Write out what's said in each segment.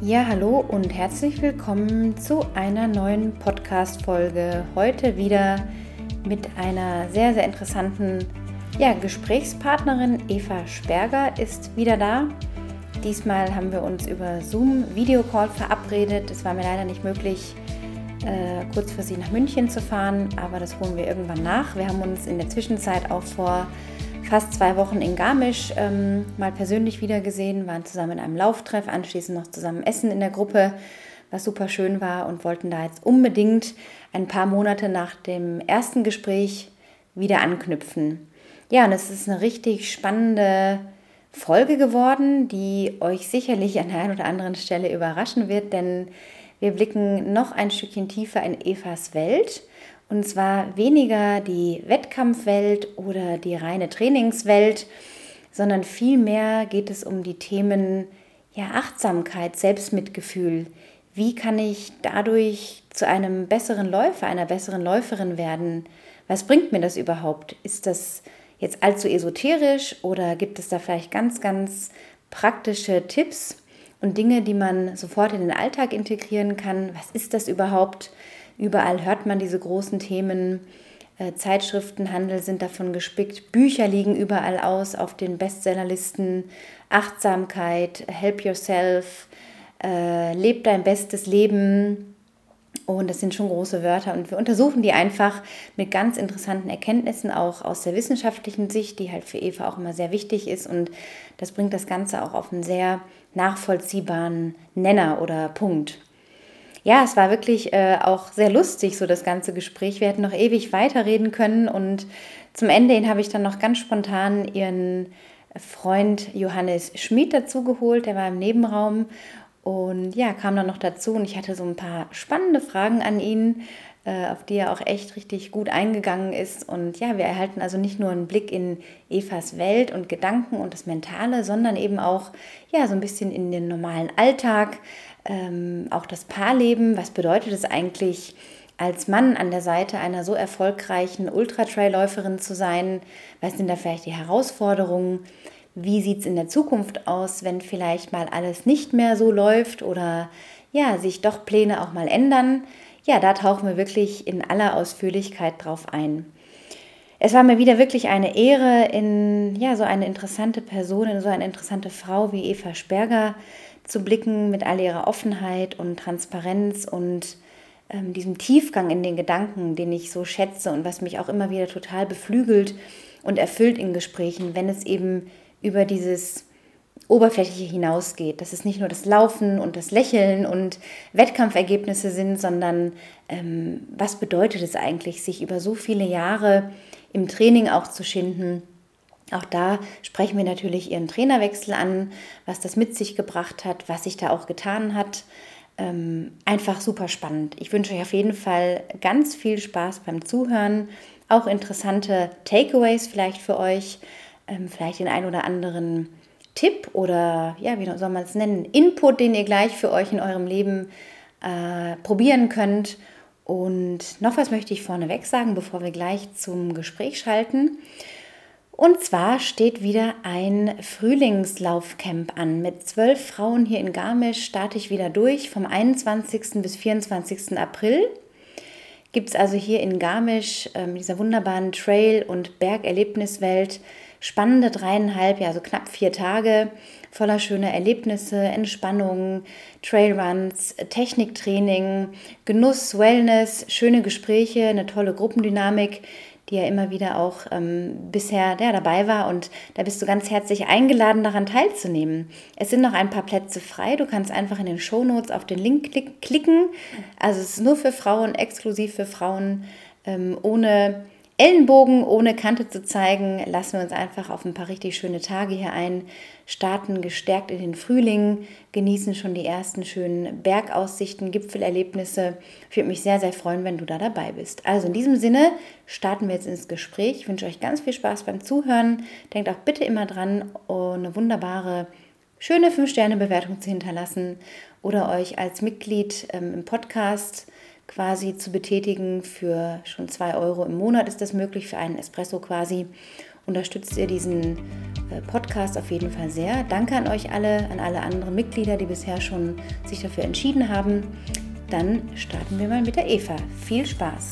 Ja, hallo und herzlich willkommen zu einer neuen Podcast-Folge. Heute wieder mit einer sehr, sehr interessanten Gesprächspartnerin. Eva Sperger ist wieder da. Diesmal haben wir uns über Zoom-Videocall verabredet. Es war mir leider nicht möglich, kurzfristig nach München zu fahren, aber das holen wir irgendwann nach. Wir haben uns in der Zwischenzeit auch vor fast 2 Wochen in Garmisch mal persönlich wiedergesehen, waren zusammen in einem Lauftreff, anschließend noch zusammen essen in der Gruppe, was super schön war und wollten da jetzt unbedingt ein paar Monate nach dem ersten Gespräch wieder anknüpfen. Ja, und es ist eine richtig spannende Folge geworden, die euch sicherlich an der einen oder anderen Stelle überraschen wird, denn wir blicken noch ein Stückchen tiefer in Evas Welt. Und zwar weniger die Wettkampfwelt oder die reine Trainingswelt, sondern vielmehr geht es um die Themen Achtsamkeit, Selbstmitgefühl. Wie kann ich dadurch zu einem besseren Läufer, einer besseren Läuferin werden? Was bringt mir das überhaupt? Ist das jetzt allzu esoterisch oder gibt es da vielleicht ganz, ganz praktische Tipps und Dinge, die man sofort in den Alltag integrieren kann? Was ist das überhaupt? Überall hört man diese großen Themen, Zeitschriftenhandel sind davon gespickt, Bücher liegen überall aus auf den Bestsellerlisten, Achtsamkeit, Help Yourself, leb dein bestes Leben. Und das sind schon große Wörter und wir untersuchen die einfach mit ganz interessanten Erkenntnissen, auch aus der wissenschaftlichen Sicht, die halt für Eva auch immer sehr wichtig ist. Und das bringt das Ganze auch auf einen sehr nachvollziehbaren Nenner oder Punkt. Ja, es war wirklich auch sehr lustig, so das ganze Gespräch. Wir hätten noch ewig weiterreden können und zum Ende hin habe ich dann noch ganz spontan ihren Freund Johannes Schmid dazu geholt, der war im Nebenraum und ja, kam dann noch dazu und ich hatte so ein paar spannende Fragen an ihn, auf die er auch echt richtig gut eingegangen ist. Und ja, wir erhalten also nicht nur einen Blick in Evas Welt und Gedanken und das Mentale, sondern eben auch so ein bisschen in den normalen Alltag, auch das Paarleben. Was bedeutet es eigentlich, als Mann an der Seite einer so erfolgreichen Ultra-Trail-Läuferin zu sein? Was sind da vielleicht die Herausforderungen? Wie sieht es in der Zukunft aus, wenn vielleicht mal alles nicht mehr so läuft oder sich doch Pläne auch mal ändern? Ja, da tauchen wir wirklich in aller Ausführlichkeit drauf ein. Es war mir wieder wirklich eine Ehre, in so eine interessante Person, in so eine interessante Frau wie Eva Sperger zu blicken, mit all ihrer Offenheit und Transparenz und diesem Tiefgang in den Gedanken, den ich so schätze und was mich auch immer wieder total beflügelt und erfüllt in Gesprächen, wenn es eben über dieses Oberflächliche hinausgeht, dass es nicht nur das Laufen und das Lächeln und Wettkampfergebnisse sind, sondern was bedeutet es eigentlich, sich über so viele Jahre im Training auch zu schinden. Auch da sprechen wir natürlich ihren Trainerwechsel an, was das mit sich gebracht hat, was sich da auch getan hat. Einfach super spannend. Ich wünsche euch auf jeden Fall ganz viel Spaß beim Zuhören, auch interessante Takeaways vielleicht für euch, vielleicht den ein oder anderen Tipp oder wie soll man es nennen, Input, den ihr gleich für euch in eurem Leben probieren könnt. Und noch was möchte ich vorneweg sagen, bevor wir gleich zum Gespräch schalten. Und zwar steht wieder ein Frühlingslaufcamp an. Mit 12 Frauen hier in Garmisch starte ich wieder durch vom 21. bis 24. April. Gibt es also hier in Garmisch, dieser wunderbaren Trail- und Bergerlebniswelt, spannende 3,5, also knapp 4 Tage voller schöner Erlebnisse, Entspannung, Trailruns, Techniktraining, Genuss, Wellness, schöne Gespräche, eine tolle Gruppendynamik, die ja immer wieder auch bisher dabei war. Und da bist du ganz herzlich eingeladen, daran teilzunehmen. Es sind noch ein paar Plätze frei. Du kannst einfach in den Shownotes auf den Link klicken. Also es ist nur für Frauen, exklusiv für Frauen, ohne Ellenbogen, ohne Kante zu zeigen, lassen wir uns einfach auf ein paar richtig schöne Tage hier ein, starten gestärkt in den Frühling, genießen schon die ersten schönen Bergaussichten, Gipfelerlebnisse. Ich würde mich sehr, sehr freuen, wenn du da dabei bist. Also in diesem Sinne starten wir jetzt ins Gespräch. Ich wünsche euch ganz viel Spaß beim Zuhören. Denkt auch bitte immer dran, eine wunderbare, schöne 5-Sterne-Bewertung zu hinterlassen oder euch als Mitglied im Podcast quasi zu betätigen. Für schon 2 € im Monat ist das möglich, für einen Espresso quasi. unterstützt ihr diesen Podcast auf jeden Fall sehr. Danke an euch alle, an alle anderen Mitglieder, die bisher schon sich dafür entschieden haben. Dann starten wir mal mit der Eva. Viel Spaß!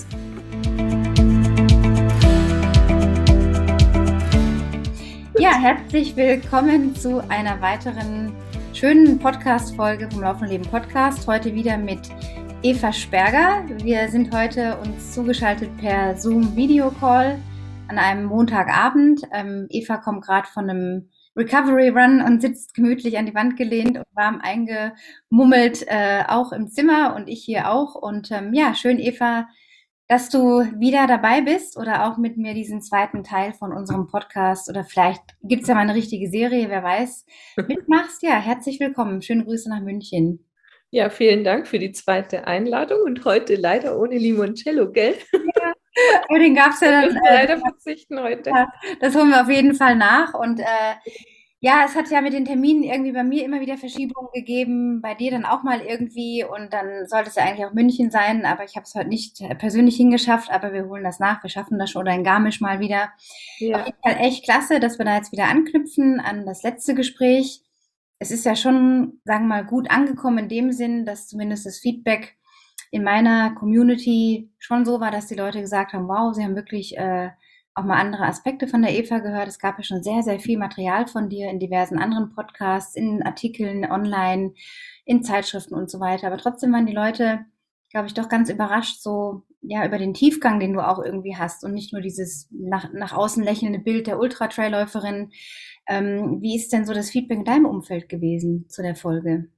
Ja, herzlich willkommen zu einer weiteren schönen Podcast-Folge vom Laufen und Leben Podcast. Heute wieder mit Eva Sperger. Wir sind heute uns zugeschaltet per Zoom-Video-Call an einem Montagabend. Eva kommt gerade von einem Recovery Run und sitzt gemütlich an die Wand gelehnt und warm eingemummelt, auch im Zimmer und ich hier auch. Und ja, schön, Eva, dass du wieder dabei bist oder auch mit mir diesen zweiten Teil von unserem Podcast oder vielleicht gibt es ja mal eine richtige Serie, wer weiß, mitmachst. Ja, herzlich willkommen. Schöne Grüße nach München. Ja, vielen Dank für die zweite Einladung und heute leider ohne Limoncello, gell? Ja, aber den gab es ja dann. Leider verzichten heute. Ja, das holen wir auf jeden Fall nach und ja, es hat ja mit den Terminen irgendwie bei mir immer wieder Verschiebungen gegeben, bei dir dann auch mal irgendwie und dann sollte es ja eigentlich auch München sein, aber ich habe es heute nicht persönlich hingeschafft, aber wir holen das nach, wir schaffen das schon oder in Garmisch mal wieder. Ja. Auf jeden Fall echt klasse, dass wir da jetzt wieder anknüpfen an das letzte Gespräch. Es ist ja schon, sagen wir mal, gut angekommen in dem Sinn, dass zumindest das Feedback in meiner Community schon so war, dass die Leute gesagt haben, wow, sie haben wirklich auch mal andere Aspekte von der Eva gehört. Es gab ja schon sehr, sehr viel Material von dir in diversen anderen Podcasts, in Artikeln, online, in Zeitschriften und so weiter. Aber trotzdem waren die Leute, glaube ich, doch ganz überrascht so, ja, über den Tiefgang, den du auch irgendwie hast und nicht nur dieses nach außen lächelnde Bild der Ultra-Trailläuferin. Wie ist denn so das Feedback in deinem Umfeld gewesen zu der Folge?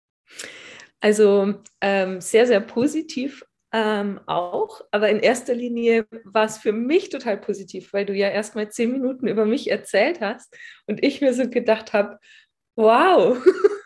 Also sehr, sehr positiv auch, aber in erster Linie war es für mich total positiv, weil du ja erst mal 10 Minuten über mich erzählt hast und ich mir so gedacht habe, wow,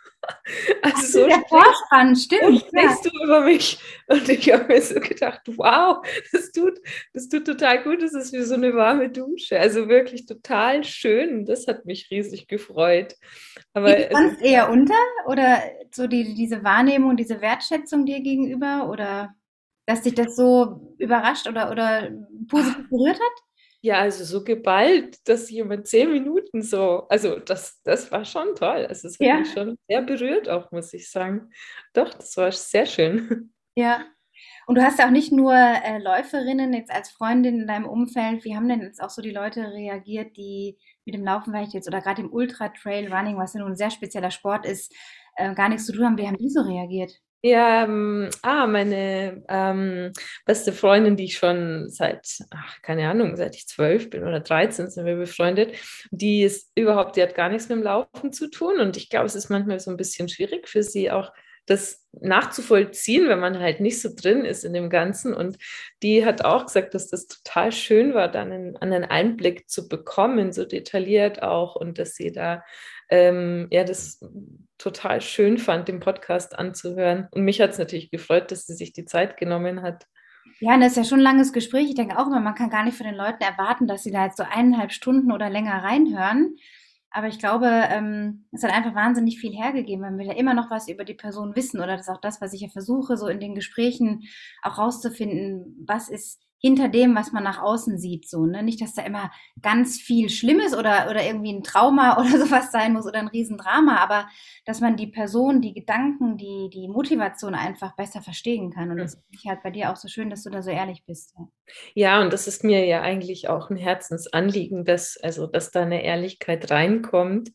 also der Vorspann, stimmt. sprichst du über mich und ich habe mir so gedacht, wow, das tut total gut, das ist wie so eine warme Dusche, also wirklich total schön, das hat mich riesig gefreut. Aber Geht sonst eher unter oder so diese Wahrnehmung, diese Wertschätzung dir gegenüber oder dass dich das so überrascht oder positiv berührt hat? ja, also so geballt, dass jemand 10 Minuten so, also das war schon toll. Also es hat Ja, mich schon sehr berührt auch, muss ich sagen. Doch, das war sehr schön. ja. Und du hast ja auch nicht nur Läuferinnen jetzt als Freundin in deinem Umfeld. Wie haben denn jetzt auch so die Leute reagiert, die mit dem Laufen vielleicht jetzt oder gerade im Ultra-Trail-Running, was ja nun ein sehr spezieller Sport ist, gar nichts zu tun haben? Wie haben die so reagiert? Ja, meine beste Freundin, die ich schon seit, keine Ahnung, seit ich 12 bin oder 13 sind wir befreundet, die hat gar nichts mit dem Laufen zu tun und ich glaube, es ist manchmal so ein bisschen schwierig für sie auch, das nachzuvollziehen, wenn man halt nicht so drin ist in dem Ganzen. Und die hat auch gesagt, dass das total schön war, dann einen Einblick zu bekommen, so detailliert auch, und dass sie da ja, das total schön fand, den Podcast anzuhören. Und mich hat es natürlich gefreut, dass sie sich die Zeit genommen hat. Ja, und das ist ja schon ein langes Gespräch. Ich denke auch immer, man kann gar nicht von den Leuten erwarten, dass sie da jetzt so 1,5 Stunden oder länger reinhören. Aber ich glaube, es hat einfach wahnsinnig viel hergegeben. Man will ja immer noch was über die Person wissen oder das ist auch das, was ich ja versuche, so in den Gesprächen auch rauszufinden, was ist hinter dem, was man nach außen sieht, so, ne? Nicht, dass da immer ganz viel Schlimmes oder irgendwie ein Trauma oder sowas sein muss oder ein Riesendrama, aber dass man die Person, die Gedanken, die Motivation einfach besser verstehen kann. Und das finde ich halt bei dir auch so schön, dass du da so ehrlich bist. Ja. Ja, und das ist mir ja eigentlich auch ein Herzensanliegen, dass da eine Ehrlichkeit reinkommt,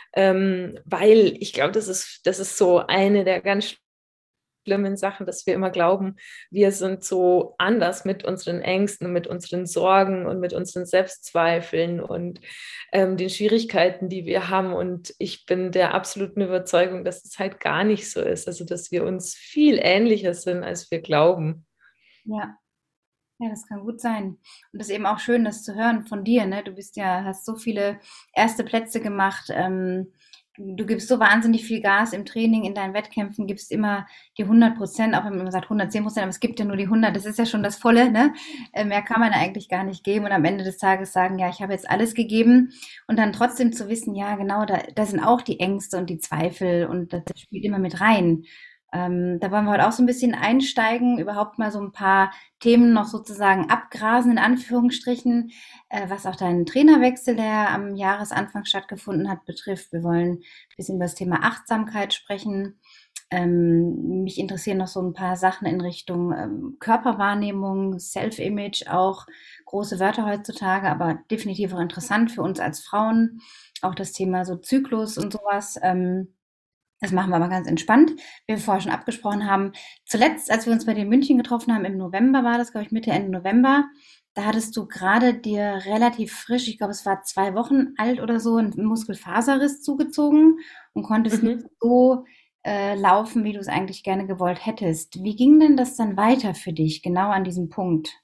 weil ich glaube, das ist so eine der ganz schlimmen Sachen, dass wir immer glauben, wir sind so anders mit unseren Ängsten und mit unseren Sorgen und mit unseren Selbstzweifeln und den Schwierigkeiten, die wir haben. Und ich bin der absoluten Überzeugung, dass es halt gar nicht so ist. Also, dass wir uns viel ähnlicher sind, als wir glauben. Ja. Ja, das kann gut sein. Und das ist eben auch schön, das zu hören von dir, ne? Du hast so viele erste Plätze gemacht. Du gibst so wahnsinnig viel Gas im Training, in deinen Wettkämpfen, gibst immer die 100%, auch wenn man sagt 110%, aber es gibt ja nur die 100. Das ist ja schon das Volle, ne? Mehr kann man eigentlich gar nicht geben und am Ende des Tages sagen, ja, ich habe jetzt alles gegeben und dann trotzdem zu wissen, ja, genau, da sind auch die Ängste und die Zweifel und das spielt immer mit rein. Da wollen wir heute auch so ein bisschen einsteigen, überhaupt mal so ein paar Themen noch sozusagen abgrasen, in Anführungsstrichen, was auch deinen Trainerwechsel, der am Jahresanfang stattgefunden hat, betrifft. Wir wollen ein bisschen über das Thema Achtsamkeit sprechen. Mich interessieren noch so ein paar Sachen in Richtung Körperwahrnehmung, Self-Image, auch große Wörter heutzutage, aber definitiv auch interessant für uns als Frauen. Auch das Thema so Zyklus und sowas. Das machen wir aber ganz entspannt, wie wir vorher schon abgesprochen haben. Zuletzt, als wir uns bei dir in München getroffen haben, im November war das, glaube ich, Mitte, Ende November, da hattest du gerade dir relativ frisch, ich glaube, es war 2 Wochen alt oder so, einen Muskelfaserriss zugezogen und konntest nicht Mhm. so laufen, wie du es eigentlich gerne gewollt hättest. Wie ging denn das dann weiter für dich, genau an diesem Punkt?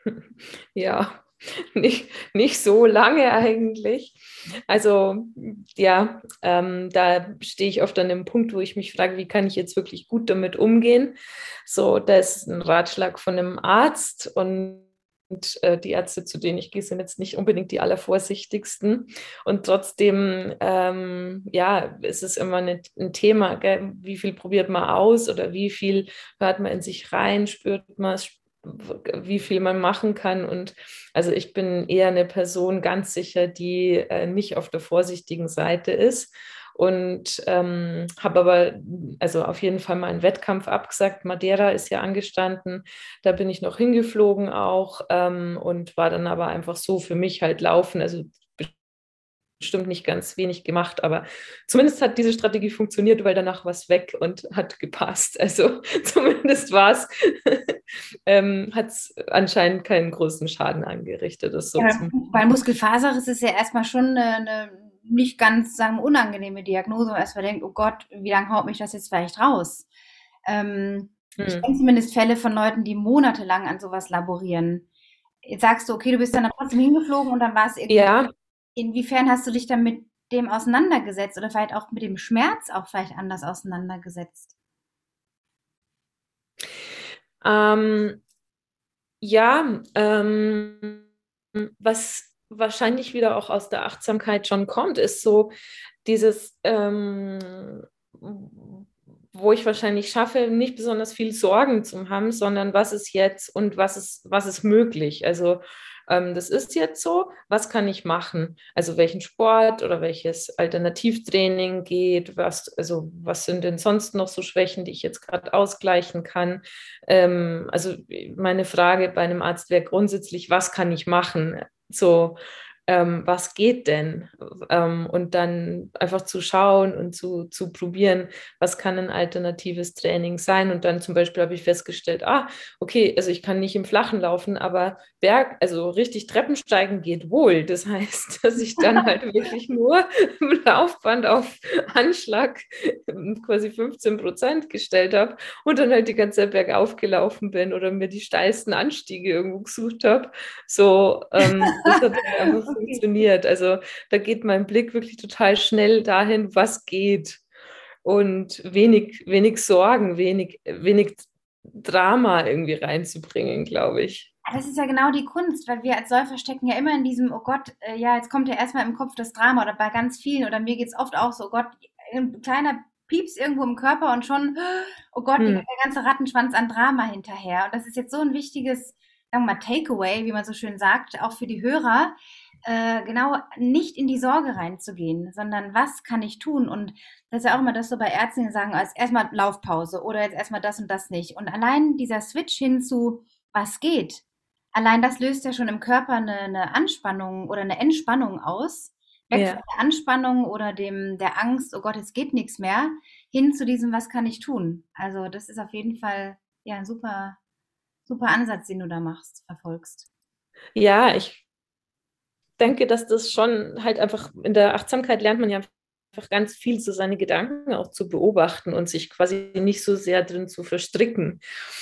Ja, nicht so lange eigentlich. Also ja, da stehe ich oft an dem Punkt, wo ich mich frage, wie kann ich jetzt wirklich gut damit umgehen? So, da ist ein Ratschlag von einem Arzt und die Ärzte, zu denen ich gehe, sind jetzt nicht unbedingt die allervorsichtigsten. Und trotzdem, ja, ist es immer ein Thema, gell? Wie viel probiert man aus oder wie viel hört man in sich rein, spürt man es, wie viel man machen kann. Und also ich bin eher eine Person ganz sicher, die nicht auf der vorsichtigen Seite ist. Und habe aber also auf jeden Fall mal einen Wettkampf abgesagt. Madeira ist ja angestanden. Da bin ich noch hingeflogen auch und war dann aber einfach so für mich halt laufen. Also bestimmt nicht ganz wenig gemacht, aber zumindest hat diese Strategie funktioniert, weil danach war es weg und hat gepasst. Also zumindest war es, hat es anscheinend keinen großen Schaden angerichtet. Das so Ja, zum. bei Muskelfaserriss ist ja erstmal schon eine nicht ganz, sagen wir, unangenehme Diagnose, weil man erstmal denkt, oh Gott, wie lange haut mich das jetzt vielleicht raus? Ich Hm. kenne zumindest Fälle von Leuten, die monatelang an sowas laborieren. Jetzt sagst du, okay, du bist dann da trotzdem hingeflogen und dann war es irgendwie, Ja, inwiefern hast du dich dann mit dem auseinandergesetzt oder vielleicht auch mit dem Schmerz auch vielleicht anders auseinandergesetzt? ähm, ja, was wahrscheinlich wieder auch aus der Achtsamkeit schon kommt, ist so dieses, wo ich wahrscheinlich schaffe, nicht besonders viel Sorgen zu haben, sondern was ist jetzt und was ist möglich. Also das ist jetzt so, was kann ich machen? Also welchen Sport oder welches Alternativtraining geht, also was sind denn sonst noch so Schwächen, die ich jetzt gerade ausgleichen kann? Also meine Frage bei einem Arzt wäre grundsätzlich, was kann ich machen? So, was geht denn? Und dann einfach zu schauen und zu probieren, was kann ein alternatives Training sein. Und dann zum Beispiel habe ich festgestellt, okay, also ich kann nicht im Flachen laufen, aber also richtig Treppensteigen geht wohl. Das heißt, dass ich dann halt wirklich nur im Laufband auf Anschlag quasi 15% gestellt habe und dann halt die ganze Zeit bergauf gelaufen bin oder mir die steilsten Anstiege irgendwo gesucht habe. So, das hat halt einfach Okay. funktioniert. Also da geht mein Blick wirklich total schnell dahin, was geht. Und wenig Sorgen, wenig Drama irgendwie reinzubringen, glaube ich. Das ist ja genau die Kunst, weil wir als Säufer stecken ja immer in diesem, oh Gott, ja, jetzt kommt ja erstmal im Kopf das Drama oder bei ganz vielen oder mir geht's oft auch so, oh Gott, ein kleiner Pieps irgendwo im Körper und schon, oh Gott, Hm. der ganze Rattenschwanz an Drama hinterher. Und das ist jetzt so ein wichtiges, sagen wir mal, Takeaway, wie man so schön sagt, auch für die Hörer, genau nicht in die Sorge reinzugehen, sondern was kann ich tun? Und das ist ja auch immer das so bei Ärzten, die sagen, als erstmal Laufpause oder jetzt erstmal das und das nicht. Und allein dieser Switch hin zu, was geht? Allein das löst ja schon im Körper eine Anspannung oder eine Entspannung aus. Weg von Ja. der Anspannung oder der Angst, oh Gott, es geht nichts mehr, hin zu diesem, was kann ich tun? Also das ist auf jeden Fall ja ein super, super Ansatz, den du da machst, verfolgst. Ja, ich denke, dass das schon halt einfach in der Achtsamkeit lernt man ja einfach ganz viel, so seine Gedanken auch zu beobachten und sich quasi nicht so sehr drin zu verstricken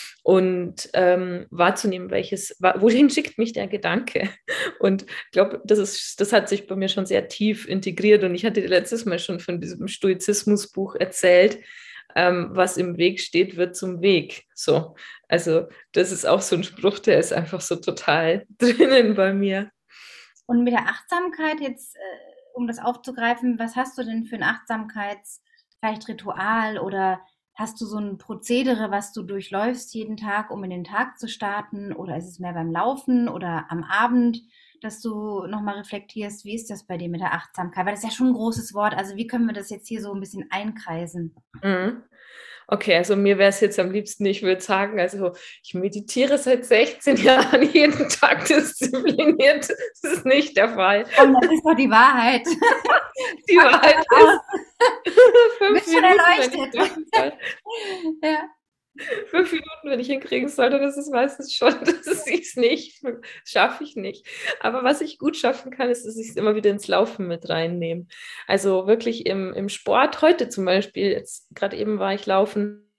und wahrzunehmen, wohin schickt mich der Gedanke. Und ich glaube, das hat sich bei mir schon sehr tief integriert. Und ich hatte dir letztes Mal schon von diesem Stoizismusbuch erzählt, was im Weg steht, wird zum Weg. So, also das ist auch so ein Spruch, der ist einfach so total drinnen bei mir. Und mit der Achtsamkeit jetzt, um das aufzugreifen, was hast du denn für ein Achtsamkeits vielleicht Ritual oder Hast du so ein Prozedere, was du durchläufst jeden Tag, um in den Tag zu starten? Oder ist es mehr beim Laufen oder am Abend, dass du nochmal reflektierst? Wie ist das bei dir mit der Achtsamkeit? Weil das ist ja schon ein großes Wort. Also wie können wir das jetzt hier so ein bisschen einkreisen? Mhm. Okay, also mir wäre es jetzt am liebsten, ich würde sagen, also ich meditiere seit 16 Jahren jeden Tag diszipliniert. Das ist nicht der Fall. Komm, das ist doch die Wahrheit. Die Pack das Wahrheit aus. ist Du 5 bist schon Minuten, wenn ich erleuchtet. schaffen soll. Ja. 5 Minuten, wenn ich hinkriegen sollte, das ist meistens schon, das ist nicht, schaffe ich nicht. Aber was ich gut schaffen kann, ist, dass ich es immer wieder ins Laufen mit reinnehme. Also wirklich im Sport, heute zum Beispiel, jetzt gerade eben war ich laufen,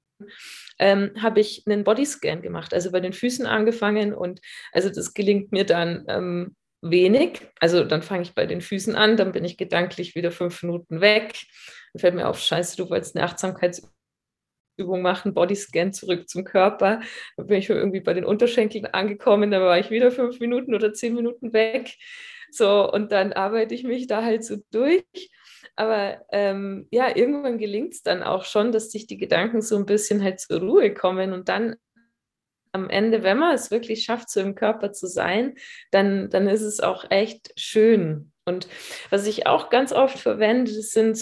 habe ich einen Bodyscan gemacht, also bei den Füßen angefangen und also das gelingt mir dann wenig. Also dann fange ich bei den Füßen an, dann bin ich gedanklich wieder 5 Minuten weg. Dann fällt mir auf, scheiße, du wolltest eine Achtsamkeitsübung machen, Bodyscan zurück zum Körper. Dann bin ich schon irgendwie bei den Unterschenkeln angekommen, dann war ich wieder 5 Minuten oder 10 Minuten weg. So, und dann arbeite ich mich da halt so durch. Aber ja, irgendwann gelingt es dann auch schon, dass sich die Gedanken so ein bisschen halt zur Ruhe kommen und dann am Ende, wenn man es wirklich schafft, so im Körper zu sein, dann ist es auch echt schön. Und was ich auch ganz oft verwende,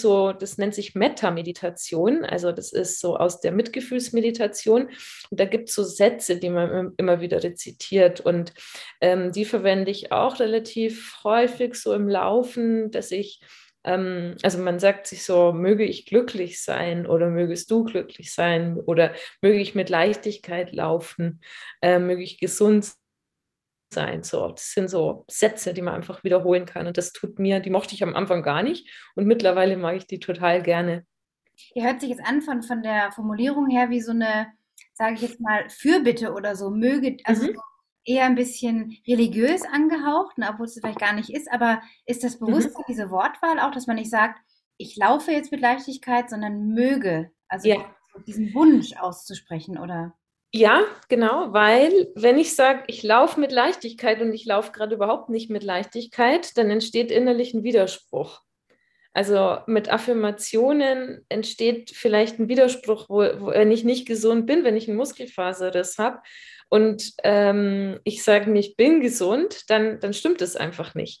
das nennt sich Metta-Meditation. Also das ist so aus der Mitgefühlsmeditation. Und da gibt es so Sätze, die man immer wieder rezitiert. Und die verwende ich auch relativ häufig so im Laufen, dass ich also man sagt sich so, möge ich glücklich sein oder mögest du glücklich sein oder möge ich mit Leichtigkeit laufen, möge ich gesund sein. So, das sind so Sätze, die man einfach wiederholen kann. Und das tut mir, die mochte ich am Anfang gar nicht. Und mittlerweile mag ich die total gerne. Ihr hört sich jetzt an von der Formulierung her wie so eine, sage ich jetzt mal, Fürbitte oder so. Möge, also so Mhm, eher ein bisschen religiös angehaucht, ne, obwohl es vielleicht gar nicht ist. Aber ist das mhm. Bewusstsein, diese Wortwahl auch, dass man nicht sagt, ich laufe jetzt mit Leichtigkeit, sondern möge, also Ja. diesen Wunsch auszusprechen, oder? Ja, genau, weil wenn ich sage, ich laufe mit Leichtigkeit und ich laufe gerade überhaupt nicht mit Leichtigkeit, dann entsteht innerlich ein Widerspruch. Also mit Affirmationen entsteht vielleicht ein Widerspruch, wenn ich nicht gesund bin, wenn ich einen Muskelfaserriss habe und ich sage mir, ich bin gesund, dann stimmt es einfach nicht.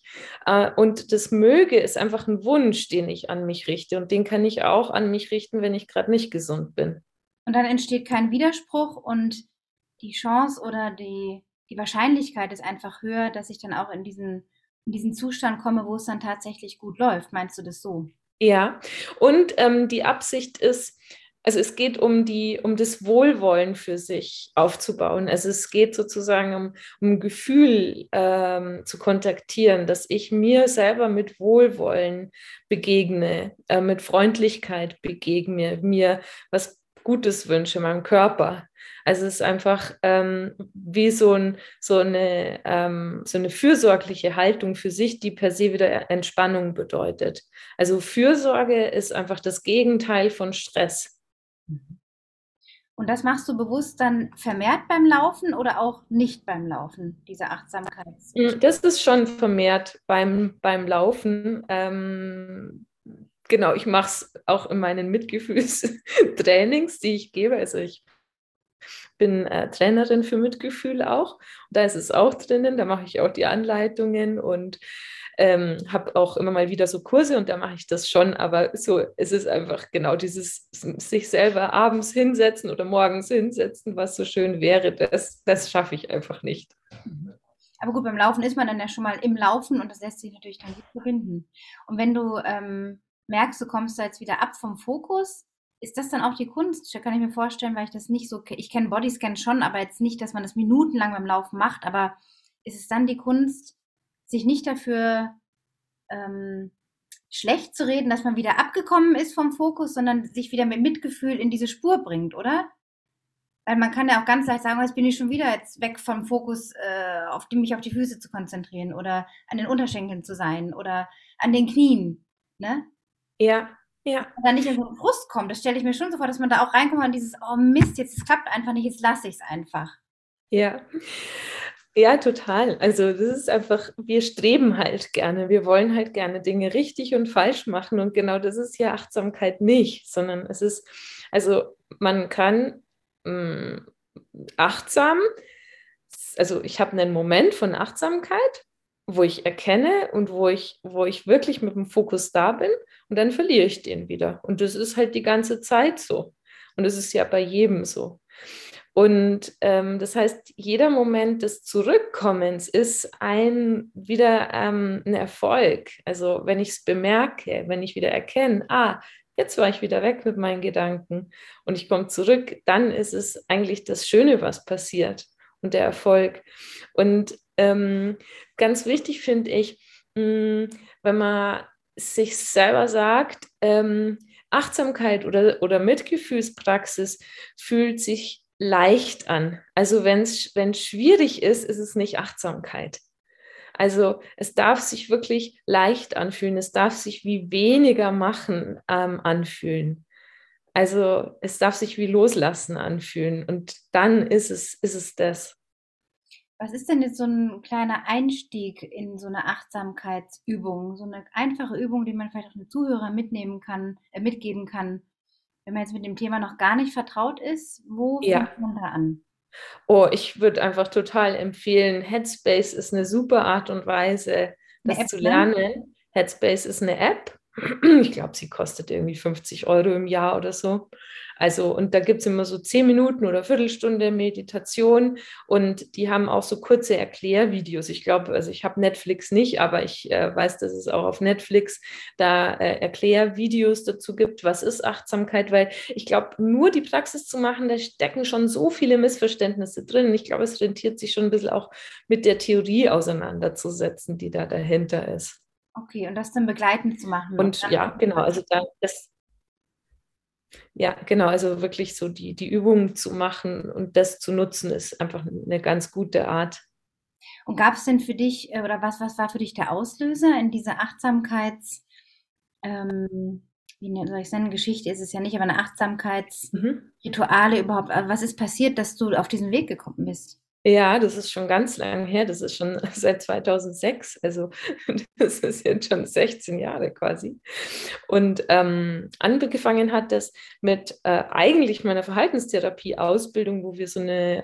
Und das Möge ist einfach ein Wunsch, den ich an mich richte und den kann ich auch an mich richten, wenn ich gerade nicht gesund bin. Und dann entsteht kein Widerspruch und die Chance oder die Wahrscheinlichkeit ist einfach höher, dass ich dann auch in diesen Zustand komme, wo es dann tatsächlich gut läuft. Meinst du das so? Ja, und die Absicht ist, also es geht um das Wohlwollen für sich aufzubauen. Also es geht sozusagen um ein Gefühl zu kontaktieren, dass ich mir selber mit Wohlwollen begegne, mit Freundlichkeit begegne, mir was Gutes wünsche, meinem Körper. Also es ist einfach wie so eine fürsorgliche Haltung für sich, die per se wieder Entspannung bedeutet. Also Fürsorge ist einfach das Gegenteil von Stress. Und das machst du bewusst dann vermehrt beim Laufen oder auch nicht beim Laufen, diese Achtsamkeitsgeschichte? Das ist schon vermehrt beim Laufen. Genau, ich mache es auch in meinen Mitgefühlstrainings, die ich gebe. Also ich bin Trainerin für Mitgefühl auch. Und da ist es auch drinnen, da mache ich auch die Anleitungen und habe auch immer mal wieder so Kurse und da mache ich das schon, aber so es ist einfach genau dieses sich selber abends hinsetzen oder morgens hinsetzen, was so schön wäre, das schaffe ich einfach nicht. Mhm. Aber gut, beim Laufen ist man dann ja schon mal im Laufen und das lässt sich natürlich dann gut verbinden. Und wenn du merkst, du kommst da jetzt wieder ab vom Fokus, ist das dann auch die Kunst? Da kann ich mir vorstellen, weil ich das nicht so, ich kenne Bodyscan schon, aber jetzt nicht, dass man das minutenlang beim Laufen macht, aber ist es dann die Kunst, sich nicht dafür ähm, schlecht zu reden, dass man wieder abgekommen ist vom Fokus, sondern sich wieder mit Mitgefühl in diese Spur bringt, oder? Weil man kann ja auch ganz leicht sagen, jetzt bin ich schon wieder jetzt weg vom Fokus, mich auf die Füße zu konzentrieren oder an den Unterschenkeln zu sein oder an den Knien. Ne? Ja, ja, Und dann nicht in so einen Frust kommt. Das stelle ich mir schon so vor, dass man da auch reinkommt und dieses, oh Mist, jetzt es klappt einfach nicht, jetzt lasse ich es einfach. ja. Ja, total. Also das ist einfach, wir streben halt gerne, wir wollen halt gerne Dinge richtig und falsch machen und genau das ist ja Achtsamkeit nicht, sondern es ist, also man kann mh, achtsam, also ich habe einen Moment von Achtsamkeit, wo ich erkenne und wo ich wirklich mit dem Fokus da bin und dann verliere ich den wieder. Und das ist halt die ganze Zeit so. Und das ist ja bei jedem so. Und das heißt, jeder Moment des Zurückkommens ist wieder ein Erfolg. Also wenn ich es bemerke, wenn ich wieder erkenne, jetzt war ich wieder weg mit meinen Gedanken und ich komme zurück, dann ist es eigentlich das Schöne, was passiert und der Erfolg. Und ganz wichtig finde ich, wenn man sich selber sagt, Achtsamkeit oder Mitgefühlspraxis fühlt sich leicht an. Also wenn es schwierig ist, ist es nicht Achtsamkeit. Also es darf sich wirklich leicht anfühlen, es darf sich wie weniger machen anfühlen. Also es darf sich wie loslassen anfühlen und dann ist es das. Was ist denn jetzt so ein kleiner Einstieg in so eine Achtsamkeitsübung? So eine einfache Übung, die man vielleicht auch den Zuhörern mitgeben kann, wenn man jetzt mit dem Thema noch gar nicht vertraut ist, wo Ja. fängt man da an? Oh, ich würde einfach total empfehlen, Headspace ist eine super Art und Weise, Eine das App, zu ne? lernen. Headspace ist eine App. Ich glaube, sie kostet irgendwie 50 € im Jahr oder so. Also, und da gibt es immer so 10 Minuten oder Viertelstunde Meditation und die haben auch so kurze Erklärvideos. Ich glaube, also ich habe Netflix nicht, aber ich weiß, dass es auch auf Netflix da Erklärvideos dazu gibt, was ist Achtsamkeit, weil ich glaube, nur die Praxis zu machen, da stecken schon so viele Missverständnisse drin. Ich glaube, es rentiert sich schon ein bisschen auch mit der Theorie auseinanderzusetzen, die da dahinter ist. Okay, und das dann begleitend zu machen und Und dann ja, genau, also ja, genau, also wirklich so die Übungen zu machen und das zu nutzen, ist einfach eine ganz gute Art. Und gab es denn für dich, oder was war für dich der Auslöser in diese Achtsamkeits, soll ich es nennen, Geschichte ist es ja nicht, aber eine Mhm. Achtsamkeitsrituale überhaupt, was ist passiert, dass du auf diesen Weg gekommen bist? Ja, das ist schon ganz lange her. Das ist schon seit 2006. Also das ist jetzt schon 16 Jahre quasi. Und angefangen hat das mit eigentlich meiner Verhaltenstherapie-Ausbildung, wo wir so eine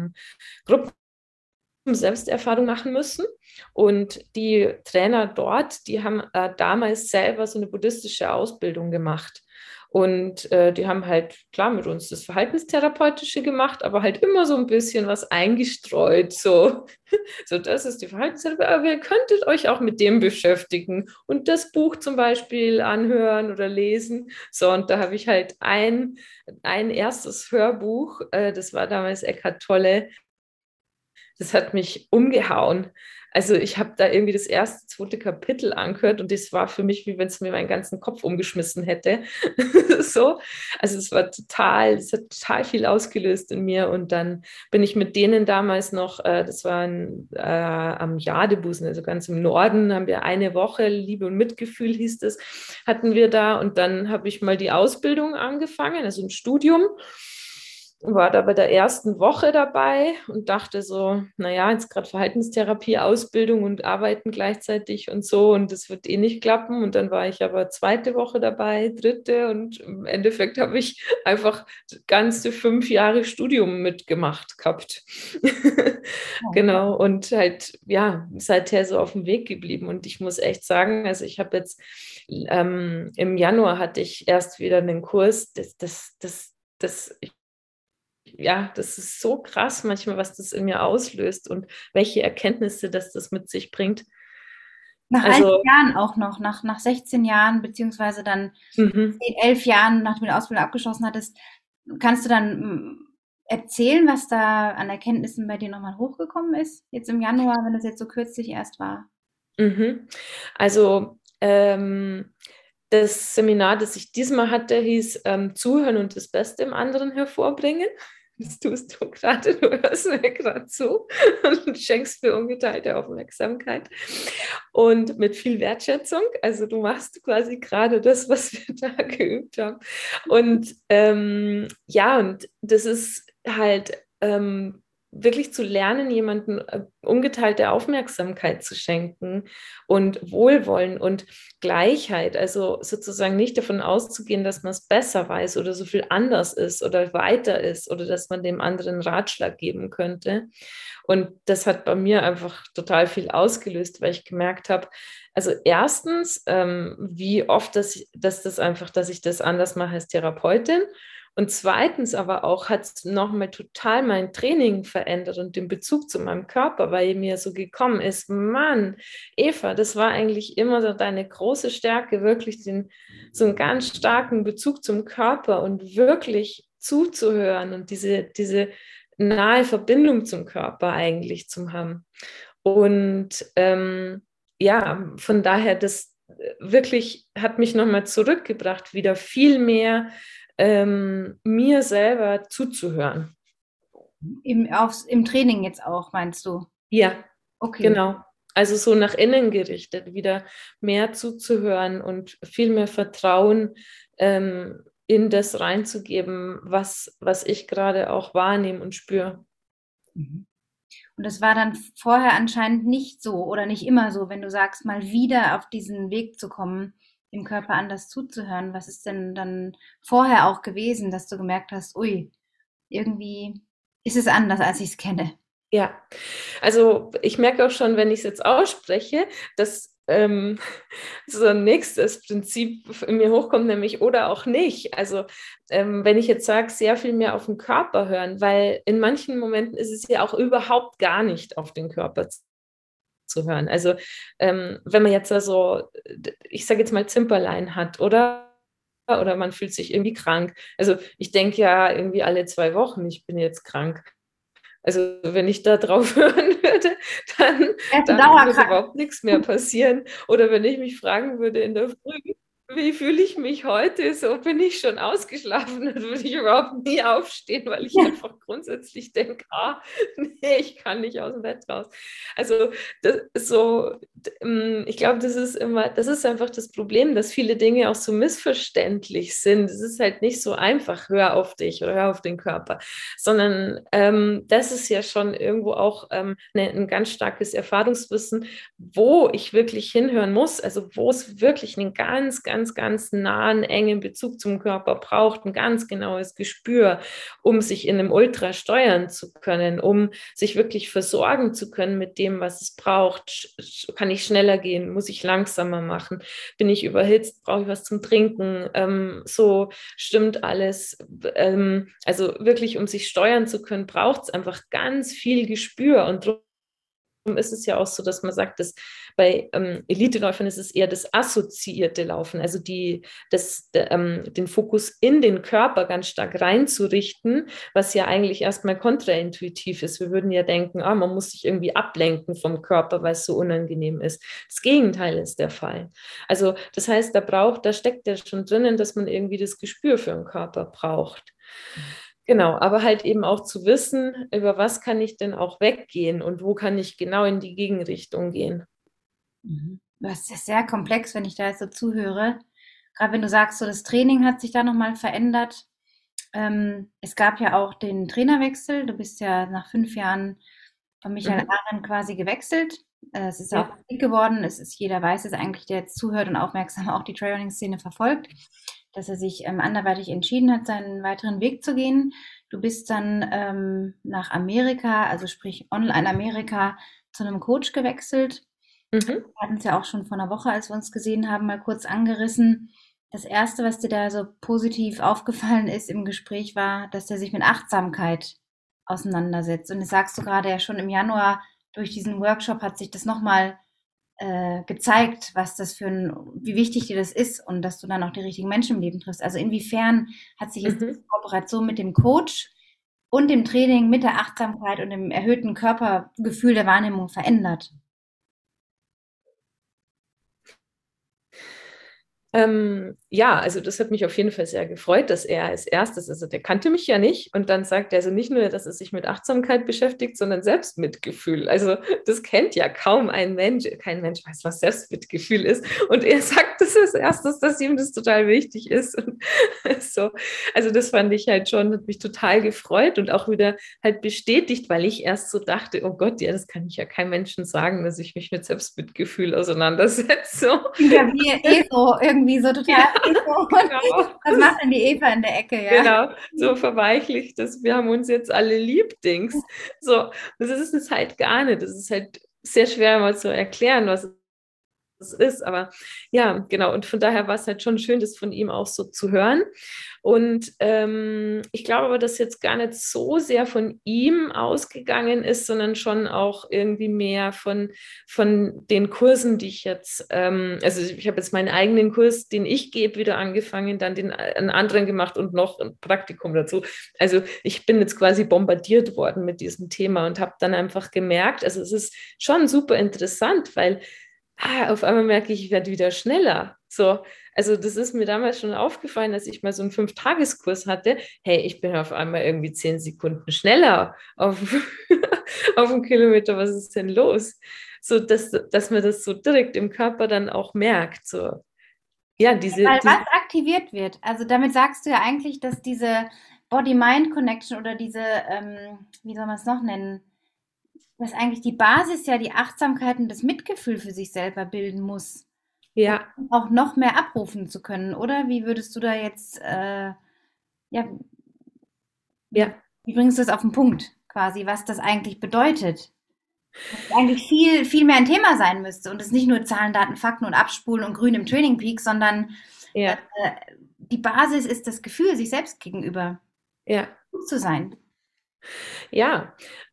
Selbsterfahrung machen müssen. Und die Trainer dort, die haben damals selber so eine buddhistische Ausbildung gemacht. Und die haben halt klar mit uns das Verhaltenstherapeutische gemacht, aber halt immer so ein bisschen was eingestreut. So das ist die Verhaltenstherapie, aber ihr könntet euch auch mit dem beschäftigen und das Buch zum Beispiel anhören oder lesen. So, und da habe ich halt ein erstes Hörbuch, das war damals Eckhart Tolle, das hat mich umgehauen. Also ich habe da irgendwie das erste, zweite Kapitel angehört und das war für mich, wie wenn es mir meinen ganzen Kopf umgeschmissen hätte. So. Also es hat total viel ausgelöst in mir und dann bin ich mit denen damals noch, das war am Jadebusen, also ganz im Norden, haben wir eine Woche, Liebe und Mitgefühl hieß es, hatten wir da und dann habe ich mal die Ausbildung angefangen, also ein Studium, war da bei der ersten Woche dabei und dachte so, naja, jetzt gerade Verhaltenstherapie, Ausbildung und Arbeiten gleichzeitig und so und das wird eh nicht klappen. Und dann war ich aber zweite Woche dabei, dritte und im Endeffekt habe ich einfach ganze 5 Jahre Studium mitgemacht gehabt. Genau, und halt, ja, seither so auf dem Weg geblieben. Und ich muss echt sagen, also ich habe jetzt im Januar hatte ich erst wieder einen Kurs, das ja, das ist so krass manchmal, was das in mir auslöst und welche Erkenntnisse das mit sich bringt. Nach all den Also, Jahren auch noch, nach 16 Jahren, beziehungsweise dann mhm. 10, 11 Jahren, nachdem du die Ausbildung abgeschlossen hattest, kannst du dann erzählen, was da an Erkenntnissen bei dir nochmal hochgekommen ist? Jetzt im Januar, wenn das jetzt so kürzlich erst war. Mhm. Also, das Seminar, das ich diesmal hatte, hieß Zuhören und das Beste im anderen hervorbringen. Das tust du gerade, du hörst mir gerade zu und schenkst mir ungeteilte Aufmerksamkeit und mit viel Wertschätzung. Also du machst quasi gerade das, was wir da geübt haben. Und ja, und das ist halt wirklich zu lernen, jemandem ungeteilte Aufmerksamkeit zu schenken und Wohlwollen und Gleichheit. Also sozusagen nicht davon auszugehen, dass man es besser weiß oder so viel anders ist oder weiter ist oder dass man dem anderen Ratschlag geben könnte. Und das hat bei mir einfach total viel ausgelöst, weil ich gemerkt habe, also erstens, wie oft dass ich das anders mache als Therapeutin. Und zweitens aber auch hat es nochmal total mein Training verändert und den Bezug zu meinem Körper, weil mir so gekommen ist, Mann, Eva, das war eigentlich immer so deine große Stärke, wirklich so einen ganz starken Bezug zum Körper und wirklich zuzuhören und diese nahe Verbindung zum Körper eigentlich zu haben. Und ja, von daher, das wirklich hat mich nochmal zurückgebracht, wieder viel mehr mir selber zuzuhören. Im Training jetzt auch, meinst du? Ja, Okay. genau. Also so nach innen gerichtet, wieder mehr zuzuhören und viel mehr Vertrauen in das reinzugeben, was ich gerade auch wahrnehme und spüre. Mhm. Und das war dann vorher anscheinend nicht so oder nicht immer so, wenn du sagst, mal wieder auf diesen Weg zu kommen, dem Körper anders zuzuhören. Was ist denn dann vorher auch gewesen, dass du gemerkt hast, ui, irgendwie ist es anders, als ich es kenne? Ja, also ich merke auch schon, wenn ich es jetzt ausspreche, dass so ein nächstes Prinzip in mir hochkommt, nämlich oder auch nicht. Also wenn ich jetzt sage, sehr viel mehr auf den Körper hören, weil in manchen Momenten ist es ja auch überhaupt gar nicht auf den Körper zu hören. Also wenn man jetzt also, ich sage jetzt mal Zimperlein hat oder man fühlt sich irgendwie krank. Also ich denke ja irgendwie alle 2 Wochen, ich bin jetzt krank. Also wenn ich da drauf hören würde, dann, Er ist ein dann würde Dauerkrank. überhaupt nichts mehr passieren. Oder wenn ich mich fragen würde in der Früh, wie fühle ich mich heute? So bin ich schon ausgeschlafen, dann würde ich überhaupt nie aufstehen, weil ich einfach grundsätzlich denke, nee, ich kann nicht aus dem Bett raus. Also das ist so, ich glaube, das ist einfach das Problem, dass viele Dinge auch so missverständlich sind. Es ist halt nicht so einfach, hör auf dich oder hör auf den Körper, sondern das ist ja schon irgendwo auch ein ganz starkes Erfahrungswissen, wo ich wirklich hinhören muss, also wo es wirklich einen ganz, ganz, ganz nahen, engen Bezug zum Körper braucht, ein ganz genaues Gespür, um sich in einem Ultra steuern zu können, um sich wirklich versorgen zu können mit dem, was es braucht. Kann ich schneller gehen? Muss ich langsamer machen? Bin ich überhitzt? Brauche ich was zum Trinken? So stimmt alles. Also wirklich, um sich steuern zu können, braucht es einfach ganz viel Gespür und darum ist es ja auch so, dass man sagt, dass bei Elite-Läufern ist es eher das assoziierte Laufen, also den Fokus in den Körper ganz stark reinzurichten, was ja eigentlich erstmal kontraintuitiv ist. Wir würden ja denken, man muss sich irgendwie ablenken vom Körper, weil es so unangenehm ist. Das Gegenteil ist der Fall. Also das heißt, da steckt ja schon drinnen, dass man irgendwie das Gespür für den Körper braucht. Genau, aber halt eben auch zu wissen, über was kann ich denn auch weggehen und wo kann ich genau in die Gegenrichtung gehen. Das ist sehr komplex, wenn ich da jetzt so zuhöre. Gerade wenn du sagst, so das Training hat sich da nochmal verändert. Es gab ja auch den Trainerwechsel. Du bist ja nach 5 Jahren von Michael Arendt quasi gewechselt. Es ist auch Ja. publik geworden. Jeder weiß es eigentlich, der jetzt zuhört und aufmerksam auch die Trailrunning-Szene verfolgt, dass er sich anderweitig entschieden hat, seinen weiteren Weg zu gehen. Du bist dann nach Amerika, also sprich Online-Amerika, zu einem Coach gewechselt. Wir hatten es ja auch schon vor einer Woche, als wir uns gesehen haben, mal kurz angerissen. Das Erste, was dir da so positiv aufgefallen ist im Gespräch, war, dass er sich mit Achtsamkeit auseinandersetzt. Und das sagst du gerade ja schon im Januar, durch diesen Workshop hat sich das nochmal gezeigt, wie wichtig dir das ist und dass du dann auch die richtigen Menschen im Leben triffst. Also inwiefern hat sich jetzt die Kooperation mit dem Coach und dem Training mit der Achtsamkeit und dem erhöhten Körpergefühl der Wahrnehmung verändert? Ja, also das hat mich auf jeden Fall sehr gefreut, dass er als erstes, also der kannte mich ja nicht und dann sagt er also nicht nur, dass er sich mit Achtsamkeit beschäftigt, sondern Selbstmitgefühl. Also das kennt ja kaum ein Mensch, kein Mensch weiß, was Selbstmitgefühl ist und er sagt das als erstes, dass ihm das total wichtig ist und so. Also das fand ich halt schon, hat mich total gefreut und auch wieder halt bestätigt, weil ich erst so dachte, oh Gott, ja, das kann ich ja keinem Menschen sagen, dass ich mich mit Selbstmitgefühl auseinandersetze. So. Ja, wir so irgendwie so total. Ja, So. genau. Was macht denn die Eva in der Ecke, ja? Genau, so verweichlicht das, wir haben uns jetzt alle lieb, Dings. So, das ist es halt gar nicht. Das ist halt sehr schwer mal zu erklären, was es ist. Aber ja, genau. Und von daher war es halt schon schön, das von ihm auch so zu hören. Und ich glaube aber, dass jetzt gar nicht so sehr von ihm ausgegangen ist, sondern schon auch irgendwie mehr von den Kursen, die ich jetzt, also ich habe jetzt meinen eigenen Kurs, den ich gebe, wieder angefangen, dann einen anderen gemacht und noch ein Praktikum dazu. Also ich bin jetzt quasi bombardiert worden mit diesem Thema und habe dann einfach gemerkt, also es ist schon super interessant, weil auf einmal merke ich werde wieder schneller. So, also das ist mir damals schon aufgefallen, als ich mal so einen 5-Tageskurs hatte. Hey, ich bin auf einmal irgendwie 10 Sekunden schneller auf, auf einen Kilometer. Was ist denn los? So, dass man das so direkt im Körper dann auch merkt. So, ja, Weil was aktiviert wird. Also damit sagst du ja eigentlich, dass diese Body-Mind-Connection oder diese, wie soll man es noch nennen, dass eigentlich die Basis ja die Achtsamkeit und das Mitgefühl für sich selber bilden muss, um ja, auch noch mehr abrufen zu können, oder? Wie würdest du da jetzt, ja, wie, ja. wie bringst du es auf den Punkt quasi, was das eigentlich bedeutet? Dass es eigentlich viel, viel mehr ein Thema sein müsste und es nicht nur Zahlen, Daten, Fakten und Abspulen und grün im Training Peak, sondern äh, Ja, die Basis ist das Gefühl, sich selbst gegenüber ja, gut zu sein. ja.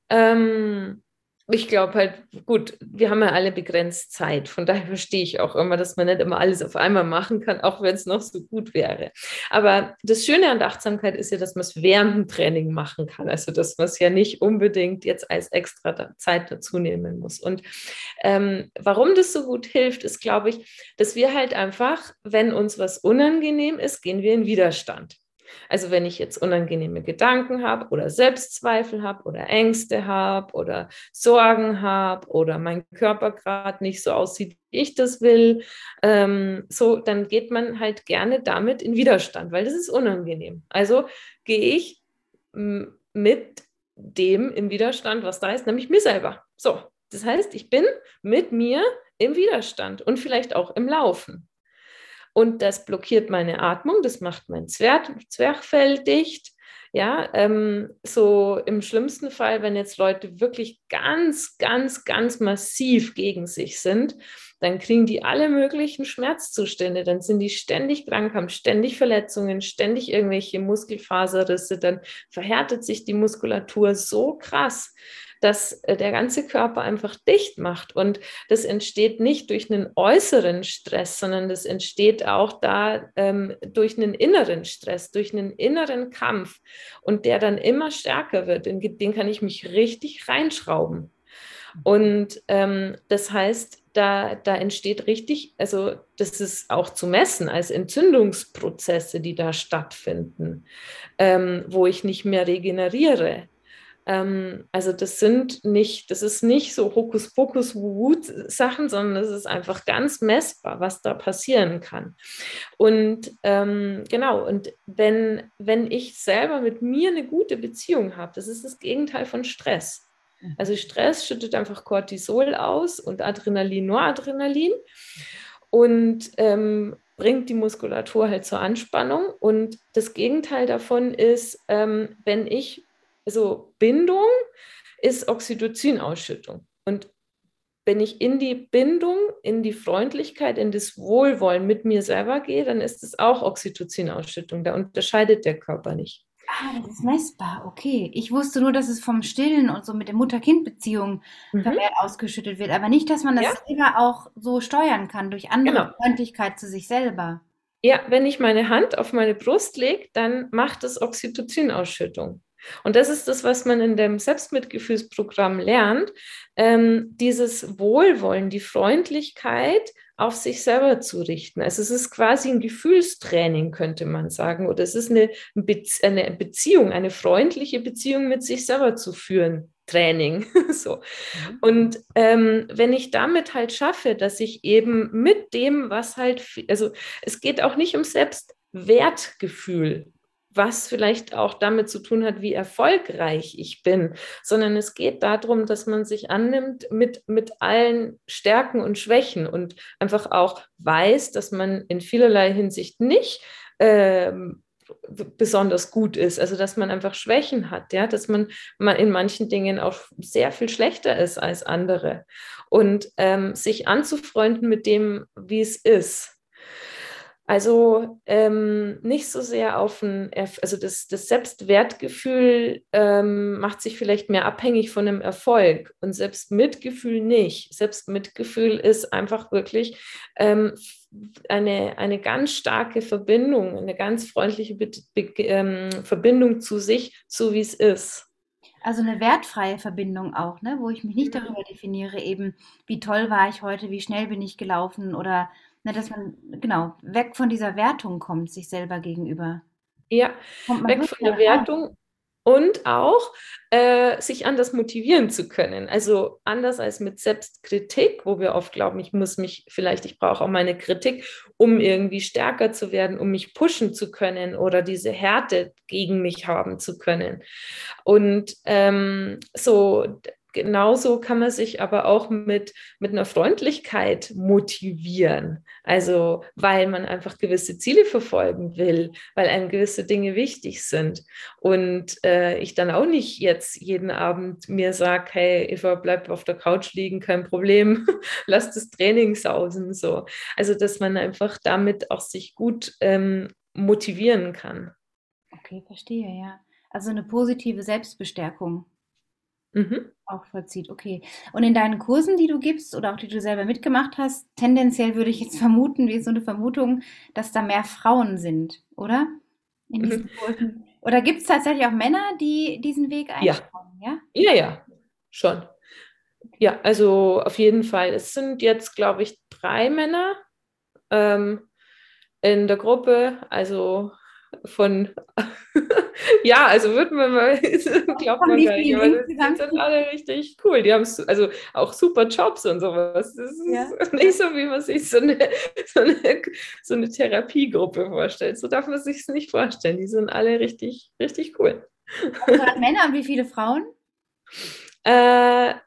Ich glaube halt, gut, wir haben ja alle begrenzt Zeit. Von daher verstehe ich auch immer, dass man nicht immer alles auf einmal machen kann, auch wenn es noch so gut wäre. Aber das Schöne an der Achtsamkeit ist ja, dass man es während dem Training machen kann. Also, dass man es ja nicht unbedingt jetzt als extra Zeit dazu nehmen muss. Und warum das so gut hilft, ist, glaube ich, dass wir halt einfach, wenn uns was unangenehm ist, gehen wir in Widerstand. Also wenn ich jetzt unangenehme Gedanken habe oder Selbstzweifel habe oder Ängste habe oder Sorgen habe oder mein Körper gerade nicht so aussieht, wie ich das will, so, dann geht man halt gerne damit in Widerstand, weil das ist unangenehm. Also gehe ich mit dem in Widerstand, was da ist, nämlich mir selber. So, das heißt, ich bin mit mir im Widerstand und vielleicht auch im Laufen. Und das blockiert meine Atmung, das macht mein Zwerchfell dicht. Ja, so im schlimmsten Fall, wenn jetzt Leute wirklich ganz, ganz, ganz massiv gegen sich sind, dann kriegen die alle möglichen Schmerzzustände, dann sind die ständig krank, haben ständig Verletzungen, ständig irgendwelche Muskelfaserrisse, dann verhärtet sich die Muskulatur so krass, dass der ganze Körper einfach dicht macht. Und das entsteht nicht durch einen äußeren Stress, sondern das entsteht auch da durch einen inneren Stress, durch einen inneren Kampf. Und der dann immer stärker wird, den kann ich mich richtig reinschrauben. Und das heißt, da entsteht richtig, also das ist auch zu messen als Entzündungsprozesse, die da stattfinden, wo ich nicht mehr regeneriere. Also das ist nicht so Hokuspokus-Sachen, sondern es ist einfach ganz messbar, was da passieren kann. Und genau, und wenn ich selber mit mir eine gute Beziehung habe, das ist das Gegenteil von Stress. Also Stress schüttet einfach Cortisol aus und Adrenalin, Noradrenalin und bringt die Muskulatur halt zur Anspannung. Und das Gegenteil davon ist, also Bindung ist Oxytocin-Ausschüttung. Und wenn ich in die Bindung, in die Freundlichkeit, in das Wohlwollen mit mir selber gehe, dann ist es auch Oxytocin-Ausschüttung. Da unterscheidet der Körper nicht. Ah, das ist messbar, okay. Ich wusste nur, dass es vom Stillen und so mit der Mutter-Kind-Beziehung Mhm. vermehrt ausgeschüttet wird, aber nicht, dass man das Ja, selber auch so steuern kann durch andere genau. Freundlichkeit zu sich selber. Ja, wenn ich meine Hand auf meine Brust lege, dann macht es Oxytocin-Ausschüttung. Und das ist das, was man in dem Selbstmitgefühlsprogramm lernt. Dieses Wohlwollen, die Freundlichkeit auf sich selber zu richten. Also es ist quasi ein Gefühlstraining, könnte man sagen. Oder es ist eine Beziehung, eine freundliche Beziehung mit sich selber zu führen. Training. So. Und wenn ich damit halt schaffe, dass ich eben mit dem, was halt, also es geht auch nicht um Selbstwertgefühl, was vielleicht auch damit zu tun hat, wie erfolgreich ich bin, sondern es geht darum, dass man sich annimmt mit allen Stärken und Schwächen und einfach auch weiß, dass man in vielerlei Hinsicht nicht besonders gut ist, also dass man einfach Schwächen hat, ja, dass man in manchen Dingen auch sehr viel schlechter ist als andere und sich anzufreunden mit dem, wie es ist. Also nicht so sehr also das Selbstwertgefühl macht sich vielleicht mehr abhängig von einem Erfolg und Selbstmitgefühl nicht. Selbstmitgefühl ist einfach wirklich eine ganz starke Verbindung, eine ganz freundliche Verbindung zu sich, so wie es ist. Also eine wertfreie Verbindung auch, ne? Wo ich mich nicht darüber definiere, eben, wie toll war ich heute, wie schnell bin ich gelaufen oder ne, dass man genau weg von dieser Wertung kommt, sich selber gegenüber. Ja, Kommt man weg wirklich von der da rein? Wertung und auch sich anders motivieren zu können. Also anders als mit Selbstkritik, wo wir oft glauben, ich brauche auch meine Kritik, um irgendwie stärker zu werden, um mich pushen zu können oder diese Härte gegen mich haben zu können. Und genauso kann man sich aber auch mit einer Freundlichkeit motivieren. Also, weil man einfach gewisse Ziele verfolgen will, weil einem gewisse Dinge wichtig sind. Und ich dann auch nicht jetzt jeden Abend mir sage, hey, Eva, bleib auf der Couch liegen, kein Problem, lass das Training sausen. So. Also, dass man einfach damit auch sich gut motivieren kann. Okay, verstehe, ja. Also eine positive Selbstbestärkung Mhm. auch vollzieht, okay. Und in deinen Kursen, die du gibst oder auch die du selber mitgemacht hast, tendenziell würde ich jetzt vermuten, wie ist so eine Vermutung, dass da mehr Frauen sind, oder? In diesen Kursen. Oder gibt es tatsächlich auch Männer, die diesen Weg Ja, einschlagen, ja? ja, schon. Ja, also auf jeden Fall. Es sind jetzt, glaube ich, 3 Männer ähm, in der Gruppe. Also von, ja, also wird man mal, glaubt Von man wie gar nicht, vielen aber die insgesamt? sind alle richtig cool. Die haben also auch super Jobs und sowas. Das Ja. ist nicht so, wie man sich so eine Therapiegruppe vorstellt. So darf man sich es nicht vorstellen. Die sind alle richtig, richtig cool. Also 3 Männer und wie viele Frauen? Äh,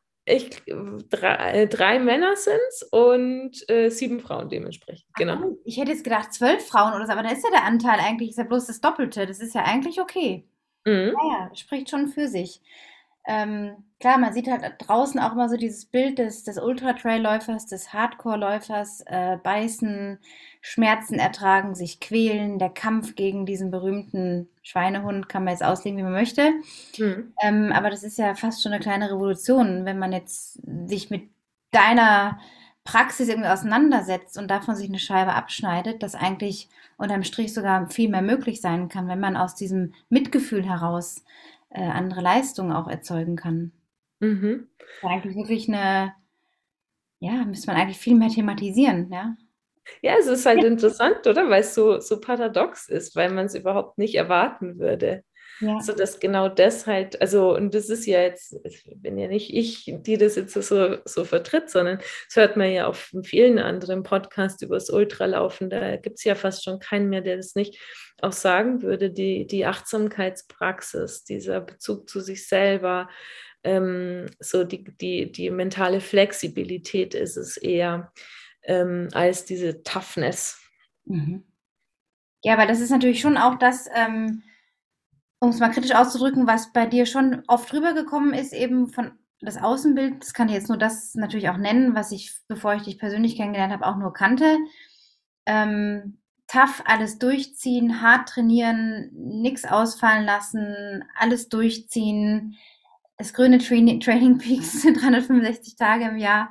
drei Männer sind es und 7 Frauen dementsprechend, Ach genau. gut, ich hätte jetzt gedacht 12 Frauen oder so, aber dann ist ja der Anteil eigentlich, ist ja bloß das Doppelte. Das ist ja eigentlich okay. Mhm. Ja, spricht schon für sich. Klar, man sieht halt draußen auch immer so dieses Bild des Ultra-Trail-Läufers, des Hardcore-Läufers, beißen, Schmerzen ertragen, sich quälen, der Kampf gegen diesen berühmten Schweinehund, kann man jetzt auslegen, wie man möchte. Mhm. Aber das ist ja fast schon eine kleine Revolution, wenn man jetzt sich mit deiner Praxis irgendwie auseinandersetzt und davon sich eine Scheibe abschneidet, dass eigentlich unterm Strich sogar viel mehr möglich sein kann, wenn man aus diesem Mitgefühl heraus andere Leistungen auch erzeugen kann. Mhm. Das ist eigentlich wirklich eine, ja, müsste man eigentlich viel mehr thematisieren, ja. Ja, es ist halt interessant, oder? Weil es so paradox ist, weil man es überhaupt nicht erwarten würde. Ja. So dass genau das halt, also, und das ist ja jetzt, ich bin ja nicht ich, die das jetzt so vertritt, sondern das hört man ja auf vielen anderen Podcasts über das Ultralaufen. Da gibt es ja fast schon keinen mehr, der das nicht auch sagen würde. Die Achtsamkeitspraxis, dieser Bezug zu sich selber, so die mentale Flexibilität ist es eher als diese Toughness. Mhm. Ja, aber das ist natürlich schon auch das, um es mal kritisch auszudrücken, was bei dir schon oft rübergekommen ist, eben von das Außenbild, das kann ich jetzt nur das natürlich auch nennen, was ich, bevor ich dich persönlich kennengelernt habe, auch nur kannte. Tough, alles durchziehen, hart trainieren, nichts ausfallen lassen, alles durchziehen, das grüne Training Peaks, 365 Tage im Jahr.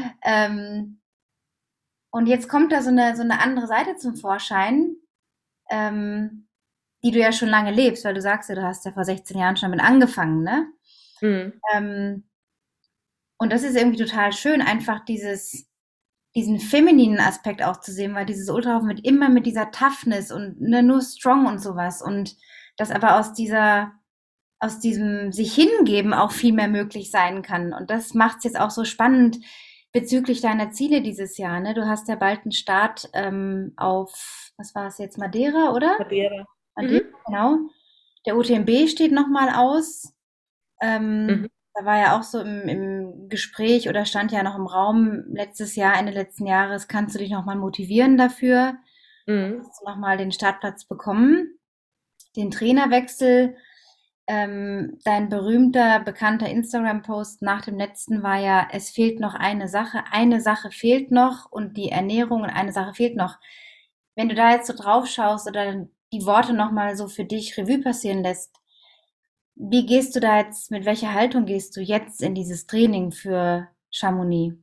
Und jetzt kommt da so eine andere Seite zum Vorschein, ähm, die du ja schon lange lebst, weil du sagst ja, du hast ja vor 16 Jahren schon damit angefangen, ne? Mhm. Und das ist irgendwie total schön, einfach dieses, diesen femininen Aspekt auch zu sehen, weil dieses Ultralaufen wird immer mit dieser Toughness und ne, nur strong und sowas und das aber aus diesem sich hingeben auch viel mehr möglich sein kann. Und das macht es jetzt auch so spannend bezüglich deiner Ziele dieses Jahr. Ne? Du hast ja bald einen Start auf, was war es jetzt, Madeira, oder? Madeira. Madeira, genau. Der UTMB steht nochmal aus. Mhm. Da war ja auch so im Gespräch oder stand ja noch im Raum letztes Jahr, Ende letzten Jahres, kannst du dich nochmal motivieren dafür? Mhm. Hast du nochmal den Startplatz bekommen? Den Trainerwechsel, dein berühmter, bekannter Instagram-Post nach dem letzten war ja, es fehlt noch eine Sache fehlt noch und die Ernährung und eine Sache fehlt noch. Wenn du da jetzt so drauf schaust oder die Worte nochmal so für dich Revue passieren lässt, wie gehst du da jetzt, mit welcher Haltung gehst du jetzt in dieses Training für Chamonix?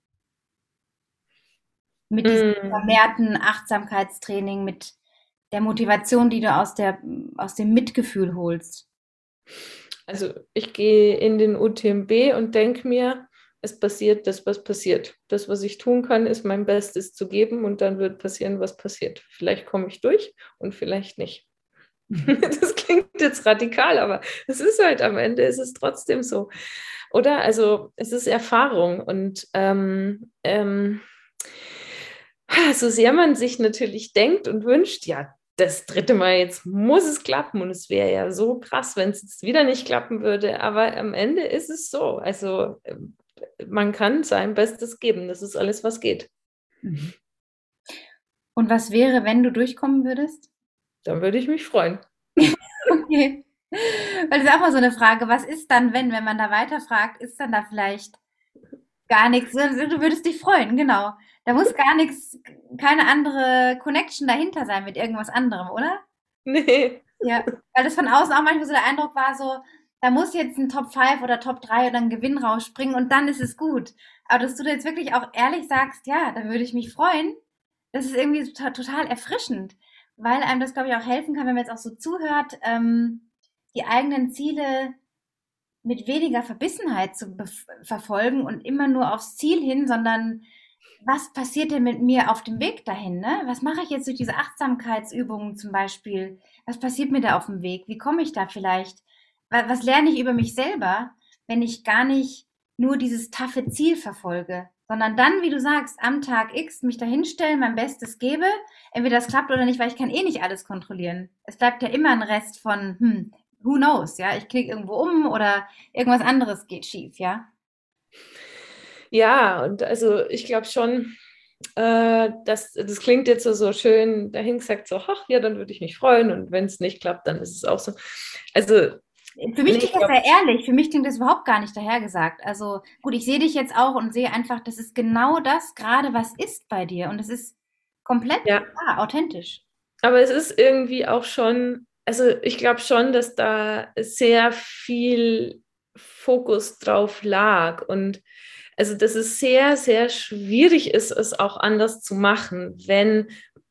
Mit diesem Mhm. vermehrten Achtsamkeitstraining, mit der Motivation, die du aus dem Mitgefühl holst. Also ich gehe in den UTMB und denke mir, es passiert das, was passiert. Das, was ich tun kann, ist mein Bestes zu geben und dann wird passieren, was passiert. Vielleicht komme ich durch und vielleicht nicht. Das klingt jetzt radikal, aber es ist halt am Ende, ist es trotzdem so. Oder? Also es ist Erfahrung und so sehr man sich natürlich denkt und wünscht, ja, das dritte Mal jetzt muss es klappen und es wäre ja so krass, wenn es jetzt wieder nicht klappen würde, aber am Ende ist es so. Also man kann sein Bestes geben, das ist alles, was geht. Mhm. Und was wäre, wenn du durchkommen würdest? Dann würde ich mich freuen. Okay. Weil das ist auch mal so eine Frage, was ist dann, wenn man da weiterfragt, ist dann da vielleicht gar nichts? Du würdest dich freuen, genau. Da muss gar nichts, keine andere Connection dahinter sein mit irgendwas anderem, oder? Nee. Ja, weil das von außen auch manchmal so der Eindruck war, so, da muss jetzt ein Top 5 oder Top 3 oder ein Gewinn rausspringen und dann ist es gut. Aber dass du da jetzt wirklich auch ehrlich sagst, ja, da würde ich mich freuen, das ist irgendwie total erfrischend, weil einem das, glaube ich, auch helfen kann, wenn man jetzt auch so zuhört, die eigenen Ziele mit weniger Verbissenheit zu verfolgen und immer nur aufs Ziel hin, sondern was passiert denn mit mir auf dem Weg dahin? Ne? Was mache ich jetzt durch diese Achtsamkeitsübungen zum Beispiel? Was passiert mir da auf dem Weg? Wie komme ich da vielleicht? Was lerne ich über mich selber, wenn ich gar nicht nur dieses taffe Ziel verfolge, sondern dann, wie du sagst, am Tag X mich dahinstellen, mein Bestes gebe, entweder das klappt oder nicht, weil ich kann eh nicht alles kontrollieren. Es bleibt ja immer ein Rest von, who knows, ja, ich klicke irgendwo um oder irgendwas anderes geht schief, ja. Ja, und also ich glaube schon, das klingt jetzt so schön dahin gesagt, so, ach ja, dann würde ich mich freuen und wenn es nicht klappt, dann ist es auch so. Also, Für mich nee, klingt ich das glaube, sehr ehrlich. Für mich klingt das überhaupt gar nicht dahergesagt. Also gut, ich sehe dich jetzt auch und sehe einfach, das ist genau das gerade, was ist bei dir. Und es ist komplett ja, authentisch. aber es ist irgendwie auch schon, also ich glaube schon, dass da sehr viel Fokus drauf lag und also dass es sehr, sehr schwierig ist, es auch anders zu machen, wenn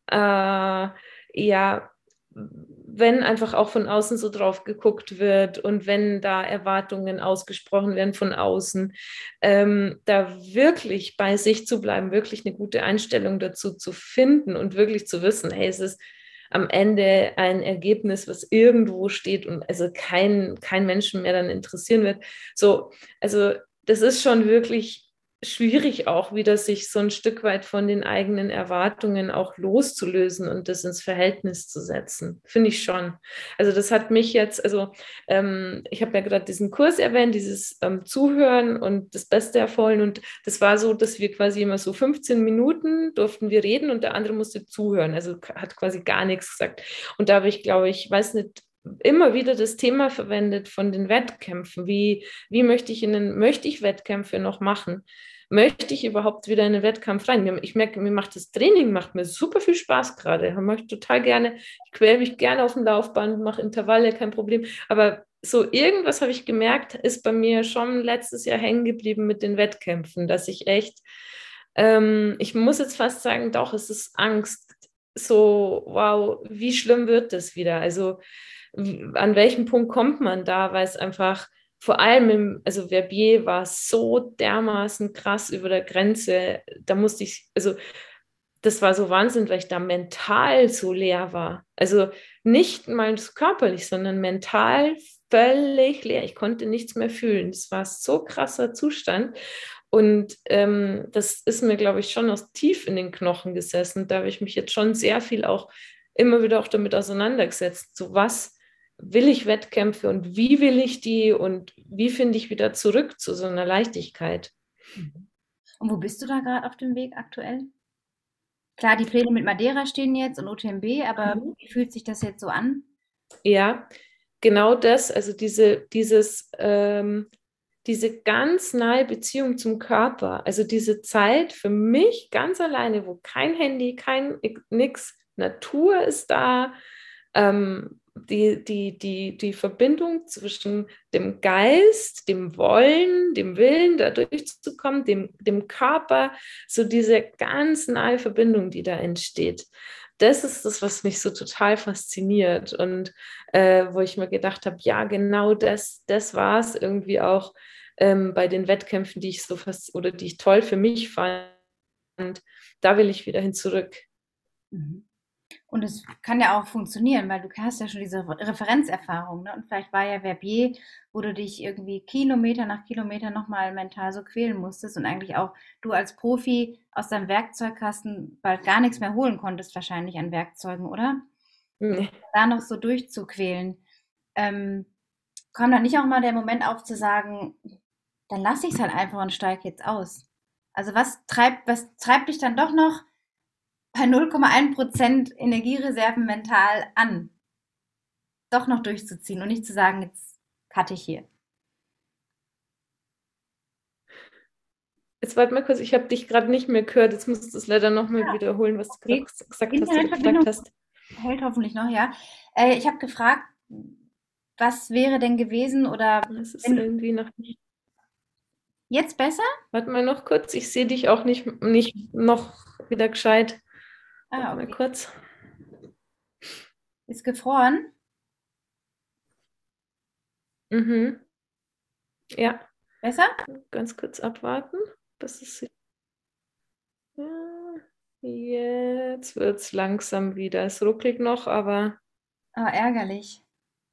ja, wenn einfach auch von außen so drauf geguckt wird und wenn da Erwartungen ausgesprochen werden von außen, da wirklich bei sich zu bleiben, wirklich eine gute Einstellung dazu zu finden und wirklich zu wissen, hey, es ist am Ende ein Ergebnis, was irgendwo steht und also kein Menschen mehr dann interessieren wird. So, also das ist schon wirklich schwierig auch wieder, sich so ein Stück weit von den eigenen Erwartungen auch loszulösen und das ins Verhältnis zu setzen. Finde ich schon. Also das hat mich jetzt, also ich habe ja gerade diesen Kurs erwähnt, dieses Zuhören und das Beste erfolgen und das war so, dass wir quasi immer so 15 Minuten durften wir reden und der andere musste zuhören, also hat quasi gar nichts gesagt. Und da habe ich, glaube ich, weiß nicht, immer wieder das Thema verwendet von den Wettkämpfen. Wie möchte ich Wettkämpfe noch machen? Möchte ich überhaupt wieder in einen Wettkampf rein? Ich merke, mir macht das Training macht mir super viel Spaß gerade. Ich möchte total gerne, ich quäle mich gerne auf dem Laufband, mache Intervalle, kein Problem. Aber so irgendwas habe ich gemerkt, ist bei mir schon letztes Jahr hängen geblieben mit den Wettkämpfen, dass ich echt, ich muss jetzt fast sagen, doch, es ist Angst. So, wow, wie schlimm wird das wieder? Also an welchem Punkt kommt man da, weil es einfach vor allem also Verbier war so dermaßen krass über der Grenze, da musste ich, also das war so Wahnsinn, weil ich da mental so leer war. Also nicht mal so körperlich, sondern mental völlig leer. Ich konnte nichts mehr fühlen. Das war so krasser Zustand. Und das ist mir, glaube ich, schon aus tief in den Knochen gesessen. Da habe ich mich jetzt schon sehr viel auch immer wieder auch damit auseinandergesetzt. So was will ich Wettkämpfe und wie will ich die und wie finde ich wieder zurück zu so einer Leichtigkeit? Und wo bist du da gerade auf dem Weg aktuell? Klar, die Pläne mit Madeira stehen jetzt und UTMB, aber Mhm. wie fühlt sich das jetzt so an? Ja, genau das, also diese ganz nahe Beziehung zum Körper, also diese Zeit für mich ganz alleine, wo kein Handy, kein nix, Natur ist da, die Verbindung zwischen dem Geist, dem Wollen, dem Willen, da durchzukommen, dem Körper, so diese ganz nahe Verbindung, die da entsteht. Das ist das, was mich so total fasziniert und wo ich mir gedacht habe, ja, genau das war es irgendwie auch bei den Wettkämpfen, die ich so fast oder die ich toll für mich fand. Da will ich wieder hin zurück. Mhm. Und es kann ja auch funktionieren, weil du hast ja schon diese Referenzerfahrung, ne? Und vielleicht war ja Verbier, wo du dich irgendwie Kilometer nach Kilometer nochmal mental so quälen musstest und eigentlich auch du als Profi aus deinem Werkzeugkasten bald gar nichts mehr holen konntest, wahrscheinlich an Werkzeugen, oder? Nee. Da noch so durchzuquälen. Ähm, Kam dann nicht auch mal der Moment auf zu sagen, dann lasse ich es halt einfach und steige jetzt aus? Also was treibt dich dann doch noch bei 0,1% Energiereserven mental an, doch noch durchzuziehen und nicht zu sagen, jetzt cutte ich hier. Jetzt warte mal kurz, ich habe dich gerade nicht mehr gehört. Jetzt musst du es leider nochmal Ja, wiederholen, was du gerade okay. gesagt hast oder gefragt Internetverbindung hast. hält hoffentlich noch, ja. Ich habe gefragt, was wäre denn gewesen oder Es ist wenn du, irgendwie noch nicht. jetzt besser? Warte mal noch kurz, ich sehe dich auch nicht noch wieder gescheit. Warte Ah, mal okay. kurz. Ist gefroren. Mhm. Ja, Besser? ganz kurz abwarten, bis es sich. Ja, jetzt wird es langsam wieder. Es ruckelt noch, aber Ah, ärgerlich.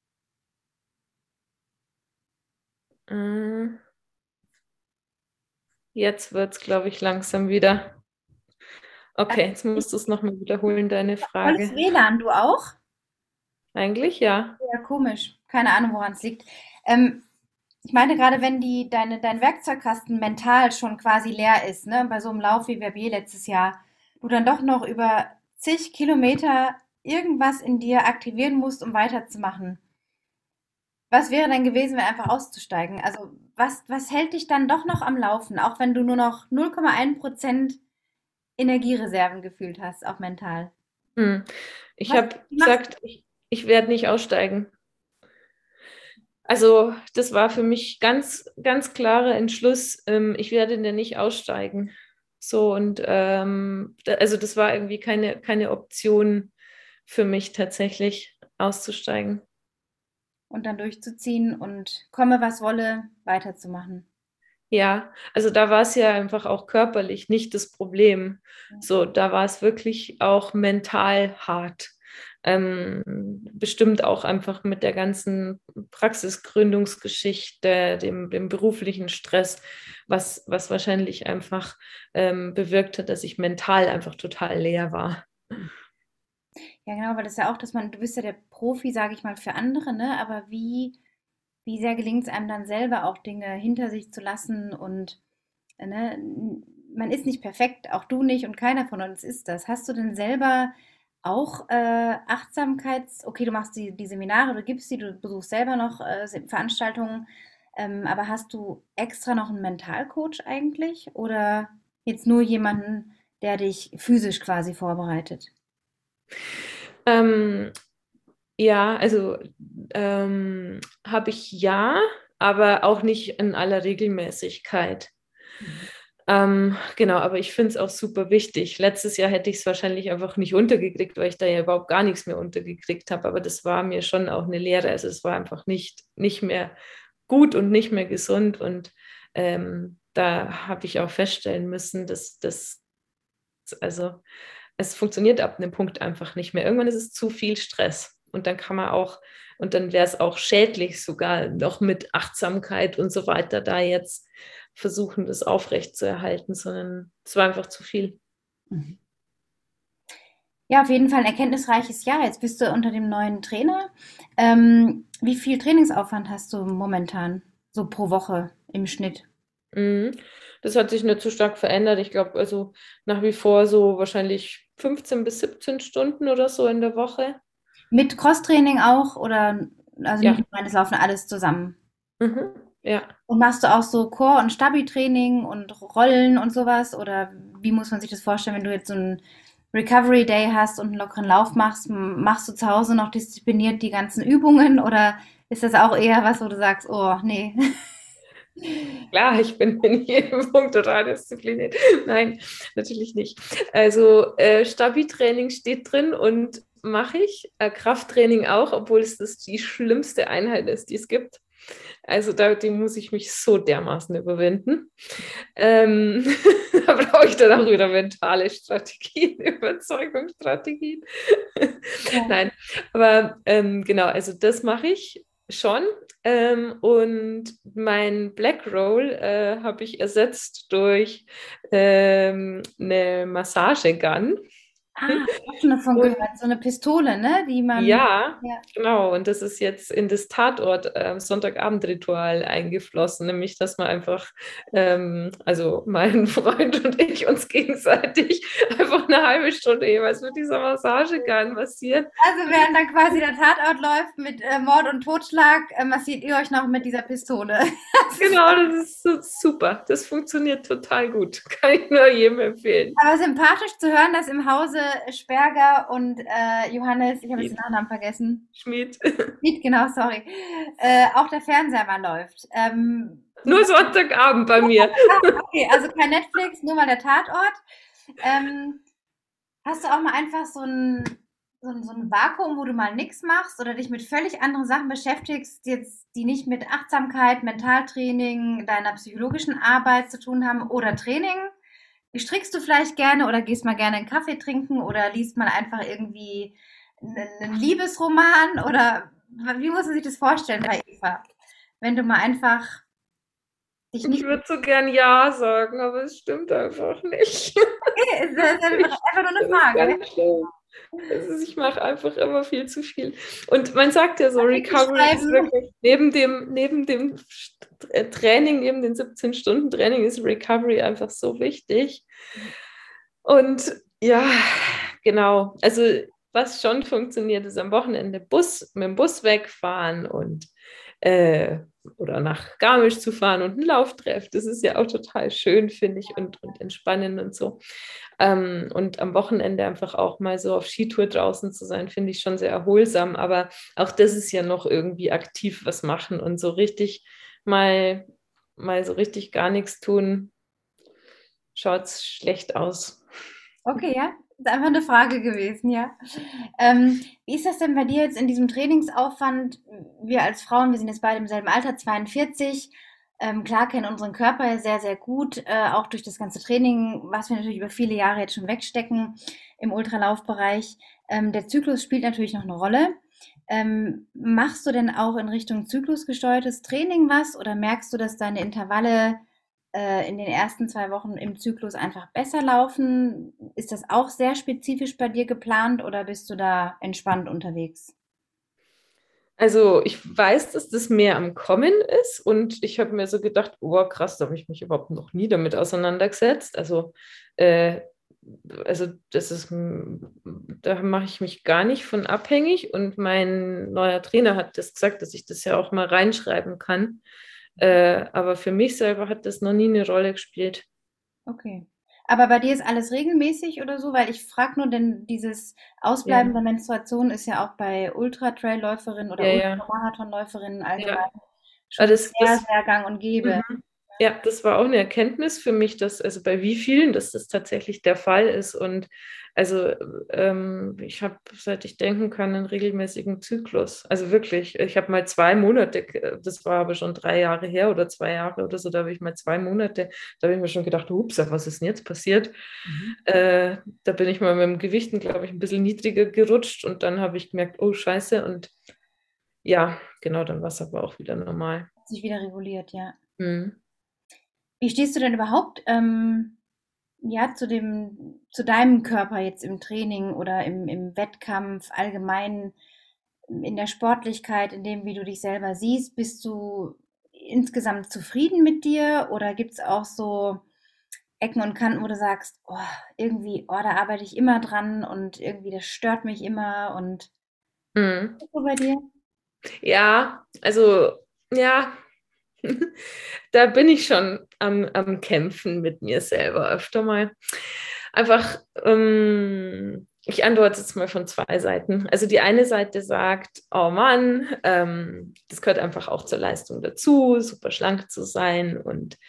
äh, jetzt wird es, glaube ich, langsam wieder. Also, Okay, jetzt musst du es nochmal wiederholen, deine tolles Frage. WLAN, du auch? Eigentlich ja. Ja, komisch. Keine Ahnung, woran es liegt. Ähm, Ich meine gerade, wenn dein Werkzeugkasten mental schon quasi leer ist, ne, bei so einem Lauf wie Verbier letztes Jahr, du dann doch noch über zig Kilometer irgendwas in dir aktivieren musst, um weiterzumachen. Was wäre denn gewesen, wenn einfach auszusteigen? Also was hält dich dann doch noch am Laufen, auch wenn du nur noch 0,1% Energiereserven gefühlt hast, auch mental? Hm. Ich Was habe machst gesagt, ich werde nicht aussteigen. Also das war für mich ganz klarer Entschluss. Ich werde denn nicht aussteigen. So und also das war irgendwie keine Option für mich tatsächlich auszusteigen. und dann durchzuziehen und komme, was wolle, weiterzumachen? Ja, also da war es ja einfach auch körperlich nicht das Problem. So, da war es wirklich auch mental hart. Bestimmt auch einfach mit der ganzen Praxisgründungsgeschichte, dem beruflichen Stress, was wahrscheinlich einfach bewirkt hat, dass ich mental einfach total leer war. Ja, genau, weil das ist ja auch, du bist ja der Profi, sage ich mal, für andere, ne? Aber wie sehr gelingt es einem dann selber auch Dinge hinter sich zu lassen und ne, man ist nicht perfekt, auch du nicht und keiner von uns ist das. Hast du denn selber auch okay, du machst die Seminare, du gibst die, du besuchst selber noch Veranstaltungen, aber hast du extra noch einen Mentalcoach eigentlich oder jetzt nur jemanden, der dich physisch quasi vorbereitet? Ähm, ja, also habe ich ja, aber auch nicht in aller Regelmäßigkeit. Mhm. Genau, aber ich finde es auch super wichtig. Letztes Jahr hätte ich es wahrscheinlich einfach nicht untergekriegt, weil ich da ja überhaupt gar nichts mehr untergekriegt habe. Aber das war mir schon auch eine Lehre. Also es war einfach nicht mehr gut und nicht mehr gesund. Und da habe ich auch feststellen müssen, also es funktioniert ab einem Punkt einfach nicht mehr. Irgendwann ist es zu viel Stress. Und dann kann man auch, und dann wäre es auch schädlich, sogar noch mit Achtsamkeit und so weiter, da jetzt versuchen, das aufrechtzuerhalten, sondern es war einfach zu viel. Mhm. Ja, auf jeden Fall ein erkenntnisreiches Jahr. Jetzt bist du unter dem neuen Trainer. Wie viel Trainingsaufwand hast du momentan, so pro Woche im Schnitt? Mhm. Das hat sich nicht so stark verändert. Ich glaube, also nach wie vor so wahrscheinlich 15 bis 17 Stunden oder so in der Woche. Mit Crosstraining auch oder also nicht Ja. nur reines Laufen, alles zusammen? Mhm. Ja. Und machst du auch so Core- und Stabi-Training und Rollen und sowas? Oder wie muss man sich das vorstellen, wenn du jetzt so einen Recovery Day hast und einen lockeren Lauf machst? Machst du zu Hause noch diszipliniert die ganzen Übungen oder ist das auch eher was, wo du sagst, oh, nee? Klar, ich bin in jedem Punkt total diszipliniert. Nein, natürlich nicht. Also Stabi-Training steht drin und mache ich. Krafttraining auch, obwohl es das die schlimmste Einheit ist, die es gibt. Also die muss ich mich so dermaßen überwinden. Ähm, da brauche ich dann auch wieder mentale Strategien, Überzeugungsstrategien. Ja. Nein, aber genau, also das mache ich schon. Und mein Black Roll habe ich ersetzt durch eine Massagegun. Ah, ich habe schon davon Und gehört. So eine Pistole, ne? Die man. ja, Ja. genau. Und das ist jetzt in das Tatort Sonntagabendritual eingeflossen, nämlich dass man einfach, also mein Freund und ich uns gegenseitig einfach eine halbe Stunde jeweils mit dieser Massagegun massieren. Also während dann quasi der Tatort läuft mit Mord und Totschlag, massiert ihr euch noch mit dieser Pistole. Genau, das ist so super. Das funktioniert total gut. Kann ich nur jedem empfehlen. Aber sympathisch zu hören, dass im Hause Sperger und Johannes, ich habe jetzt den Schmied. Nachnamen vergessen, Schmied. Schmied, genau, sorry, auch der Fernseher mal läuft. Nur Sonntagabend bei mir. Okay, also kein Netflix, nur mal der Tatort. Ähm, Hast du auch mal einfach so ein Vakuum, wo du mal nichts machst oder dich mit völlig anderen Sachen beschäftigst, jetzt, die nicht mit Achtsamkeit, Mentaltraining, deiner psychologischen Arbeit zu tun haben oder Training? Strickst du vielleicht gerne oder gehst mal gerne einen Kaffee trinken oder liest mal einfach irgendwie einen Liebesroman oder wie muss man sich das vorstellen bei Eva? Wenn du mal einfach dich Ich nicht. würde so gern Ja sagen, aber es stimmt einfach nicht. Okay, ist einfach nur eine Das ist Frage. ganz schlimm. Ich mache einfach immer viel zu viel. Und man sagt ja so, Artikel Recovery ist schreiben. wirklich, neben dem Training, neben den 17 Stunden Training ist Recovery einfach so wichtig. Und ja, genau. Also was schon funktioniert, ist am Wochenende mit dem Bus wegfahren und oder nach Garmisch zu fahren und einen Lauftreff. Das ist ja auch total schön, finde ich, und entspannend und so. Und am Wochenende einfach auch mal so auf Skitour draußen zu sein, finde ich schon sehr erholsam. Aber auch das ist ja noch irgendwie aktiv was machen und so richtig mal so richtig gar nichts tun, schaut es schlecht aus. Okay, ja. Das ist einfach eine Frage gewesen, ja. Wie ist das denn bei dir jetzt in diesem Trainingsaufwand? Wir als Frauen, wir sind jetzt beide im selben Alter, 42. Klar kennen unseren Körper ja sehr, sehr gut, auch durch das ganze Training, was wir natürlich über viele Jahre jetzt schon wegstecken im Ultralaufbereich. Der Zyklus spielt natürlich noch eine Rolle. Machst du denn auch in Richtung zyklusgesteuertes Training was oder merkst du, dass deine Intervalle in den ersten 2 Wochen im Zyklus einfach besser laufen? Ist das auch sehr spezifisch bei dir geplant oder bist du da entspannt unterwegs? Also ich weiß, dass das mehr am Kommen ist und ich habe mir so gedacht, oh krass, da habe ich mich überhaupt noch nie damit auseinandergesetzt. Äh, also das ist, da mache ich mich gar nicht von abhängig und mein neuer Trainer hat das gesagt, dass ich das ja auch mal reinschreiben kann. Aber für mich selber hat das noch nie eine Rolle gespielt. Okay. Aber bei dir ist alles regelmäßig oder so? Weil ich frage nur, denn dieses Ausbleiben Ja, der Menstruation ist ja auch bei Ultra-Trail-Läuferinnen oder ja, ja. Ultramarathonläuferinnen Ja, allgemein aber schon sehr, sehr gang und mhm. gäbe. Ja, das war auch eine Erkenntnis für mich, dass also bei wie vielen das tatsächlich der Fall ist. Und also ich habe, seit ich denken kann, einen regelmäßigen Zyklus. Also wirklich, ich habe mal 2 Monate, das war aber schon 3 Jahre her oder 2 Jahre oder so, da habe ich mal 2 Monate, da habe ich mir schon gedacht, ups, was ist denn jetzt passiert? Mhm. Da bin ich mal mit dem Gewichten, glaube ich, ein bisschen niedriger gerutscht und dann habe ich gemerkt, oh Scheiße. Und ja, genau, dann war es aber auch wieder normal. Hat sich wieder reguliert, ja. Hm. Wie stehst du denn überhaupt ja, zu deinem Körper jetzt im Training oder im Wettkampf, allgemein in der Sportlichkeit, in dem, wie du dich selber siehst? Bist du insgesamt zufrieden mit dir oder gibt es auch so Ecken und Kanten, wo du sagst, oh, irgendwie, oh, da arbeite ich immer dran und irgendwie das stört mich immer und Hm. so bei dir? Ja, also ja, da bin ich schon am Kämpfen mit mir selber öfter mal. Einfach, ich antworte jetzt mal von 2 Seiten. Also die eine Seite sagt, oh Mann, das gehört einfach auch zur Leistung dazu, super schlank zu sein und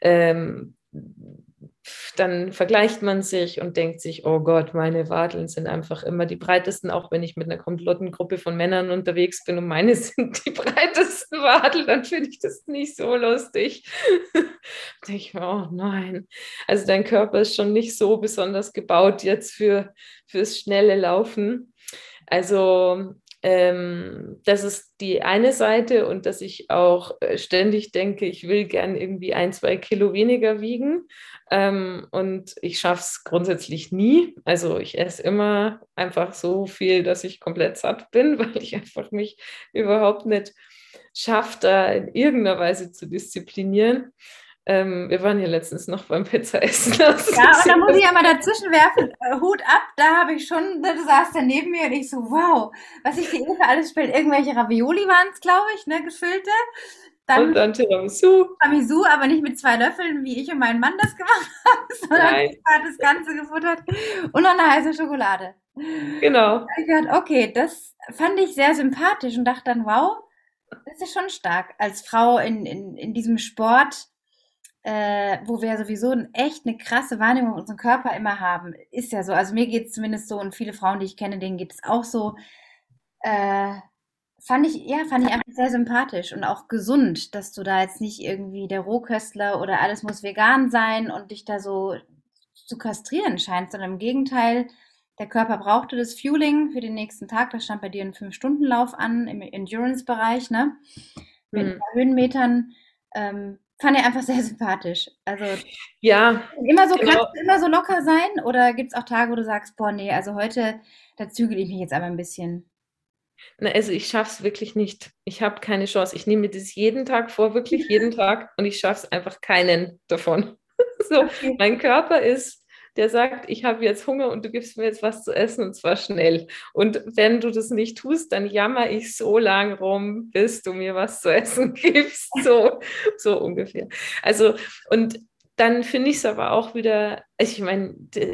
dann vergleicht man sich und denkt sich, oh Gott, meine Wadeln sind einfach immer die breitesten, auch wenn ich mit einer kompletten Gruppe von Männern unterwegs bin und meine sind die breitesten Wadeln, dann finde ich das nicht so lustig. Denke ich mir, oh nein. Also dein Körper ist schon nicht so besonders gebaut jetzt fürs schnelle Laufen. Also das ist die eine Seite und dass ich auch ständig denke, ich will gern irgendwie 1, 2 Kilo weniger wiegen. Und ich schaffe es grundsätzlich nie. Also ich esse immer einfach so viel, dass ich komplett satt bin, weil ich einfach mich überhaupt nicht schaffe, da in irgendeiner Weise zu disziplinieren. Wir waren ja letztens noch beim Pizza essen. Ja, und da muss ich ja mal dazwischen werfen, Hut ab, da habe ich schon, du saß da neben mir und ich so, wow, was ich die Eva alles spielt, irgendwelche Ravioli waren es, glaube ich, ne, gefüllte. Und Dann dann Tiramisu. Tiramisu, aber nicht mit 2 Löffeln, wie ich und mein Mann das gemacht haben, sondern Nein, ich hat das Ganze gefuttert und noch eine heiße Schokolade. genau. Ich dachte, okay, das fand ich sehr sympathisch und dachte dann, wow, das ist schon stark als Frau in diesem Sport, wo wir sowieso echt eine krasse Wahrnehmung unseres Körper immer haben. Ist ja so. Also mir geht es zumindest so und viele Frauen, die ich kenne, denen geht es auch so. Äh, fand ich einfach sehr sympathisch und auch gesund, dass du da jetzt nicht irgendwie der Rohköstler oder alles muss vegan sein und dich da so zu kastrieren scheinst, sondern im Gegenteil, der Körper brauchte das Fueling für den nächsten Tag. Das stand bei dir ein 5-Stunden-Lauf an im Endurance-Bereich, ne? Mit ein Hm. paar Höhenmetern. Fand ich einfach sehr sympathisch. Also Ja, immer so, kannst genau. du immer so locker sein oder gibt es auch Tage, wo du sagst, boah, nee, also heute, da zügel ich mich jetzt aber ein bisschen. Na, also ich schaffe es wirklich nicht. Ich habe keine Chance. Ich nehme mir das jeden Tag vor, wirklich jeden Tag, und ich schaffe es einfach keinen davon. So, Okay. mein Körper der sagt, ich habe jetzt Hunger und du gibst mir jetzt was zu essen und zwar schnell. Und wenn du das nicht tust, dann jammer ich so lang rum, bis du mir was zu essen gibst. So ungefähr. Also, und dann finde ich es aber auch wieder, also ich meine,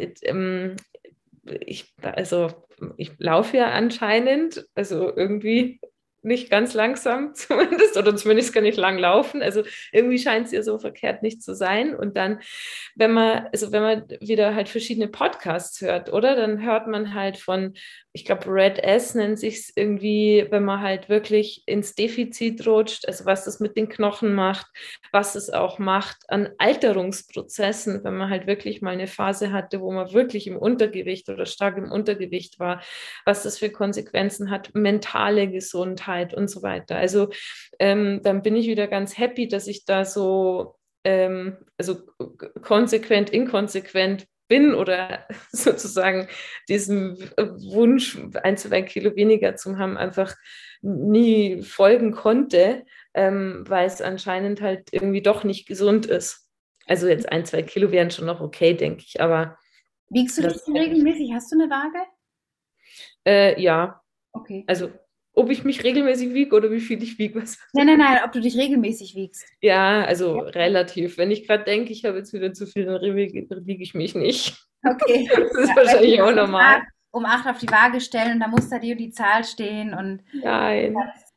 also ich laufe ja anscheinend, also irgendwie nicht ganz langsam zumindest, oder zumindest kann ich lang laufen. Also irgendwie scheint es ja so verkehrt nicht zu sein. Und dann, wenn man wieder halt verschiedene Podcasts hört, oder? Dann hört man halt von, ich glaube, Red S nennt sich es irgendwie, wenn man halt wirklich ins Defizit rutscht, also was das mit den Knochen macht, was es auch macht an Alterungsprozessen, wenn man halt wirklich mal eine Phase hatte, wo man wirklich im Untergewicht oder stark im Untergewicht war, was das für Konsequenzen hat, mentale Gesundheit und so weiter. Also dann bin ich wieder ganz happy, dass ich da so also konsequent, inkonsequent bin oder sozusagen diesem Wunsch, 1, 2 Kilo weniger zu haben, einfach nie folgen konnte, weil es anscheinend halt irgendwie doch nicht gesund ist. Also jetzt 1, 2 Kilo wären schon noch okay, denke ich, aber Wiegst du dich das denn regelmäßig? Hast du eine Waage? ja, Okay. also ob ich mich regelmäßig wiege oder wie viel ich wiege, was. Nein, nein, nein, ob du dich regelmäßig wiegst. Ja, also relativ. Wenn ich gerade denke, ich habe jetzt wieder zu viel, dann wiege ich mich nicht. Okay. Das ist Ja, weil wahrscheinlich auch jeden normal. Tag um 8 auf die Waage stellen und da muss da die und die Zahl stehen und Nein.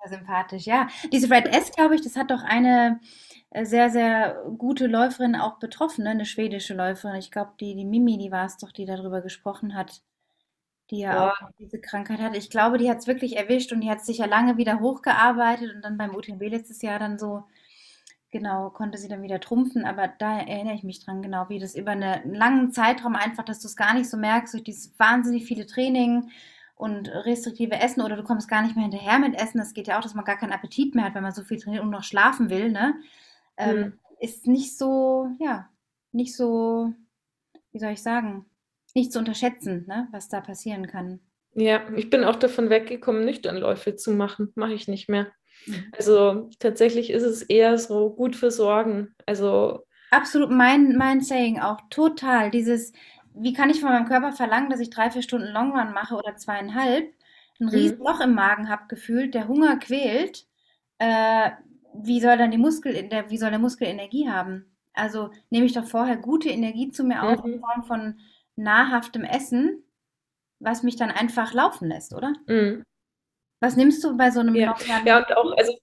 super sympathisch, ja. Diese Red S, glaube ich, das hat doch eine sehr, sehr gute Läuferin auch betroffen, ne? Eine schwedische Läuferin. Ich glaube, die Mimi, die war es doch, die darüber gesprochen hat, die ja auch Boah, diese Krankheit hat. Ich glaube, die hat es wirklich erwischt und die hat sich ja lange wieder hochgearbeitet und dann beim UTMB letztes Jahr dann so, genau, konnte sie dann wieder trumpfen. Aber da erinnere ich mich dran, genau, wie das über einen langen Zeitraum einfach, dass du es gar nicht so merkst, durch dieses wahnsinnig viele Training und restriktive Essen oder du kommst gar nicht mehr hinterher mit Essen. Das geht ja auch, dass man gar keinen Appetit mehr hat, wenn man so viel trainiert und noch schlafen will, ne? Ähm, hm. ist nicht so, ja, nicht so, wie soll ich sagen, nicht zu unterschätzen, ne, was da passieren kann. Ja, ich bin auch davon weggekommen, Nüchternläufe zu machen. Mache ich nicht mehr. Mhm. Also tatsächlich ist es eher so gut versorgen. Also, Absolut mein Saying auch, total. Dieses, wie kann ich von meinem Körper verlangen, dass ich 3, 4 Stunden Longrun mache oder 2,5, ein riesen hm, Loch im Magen habe gefühlt, der Hunger quält, äh, wie soll dann wie soll der Muskel Energie haben? Also nehme ich doch vorher gute Energie zu mir auf in mhm, Form von nahrhaftem Essen, was mich dann einfach laufen lässt, oder? mhm, Was nimmst du bei so einem ja. Ja, Longrun? und auch, also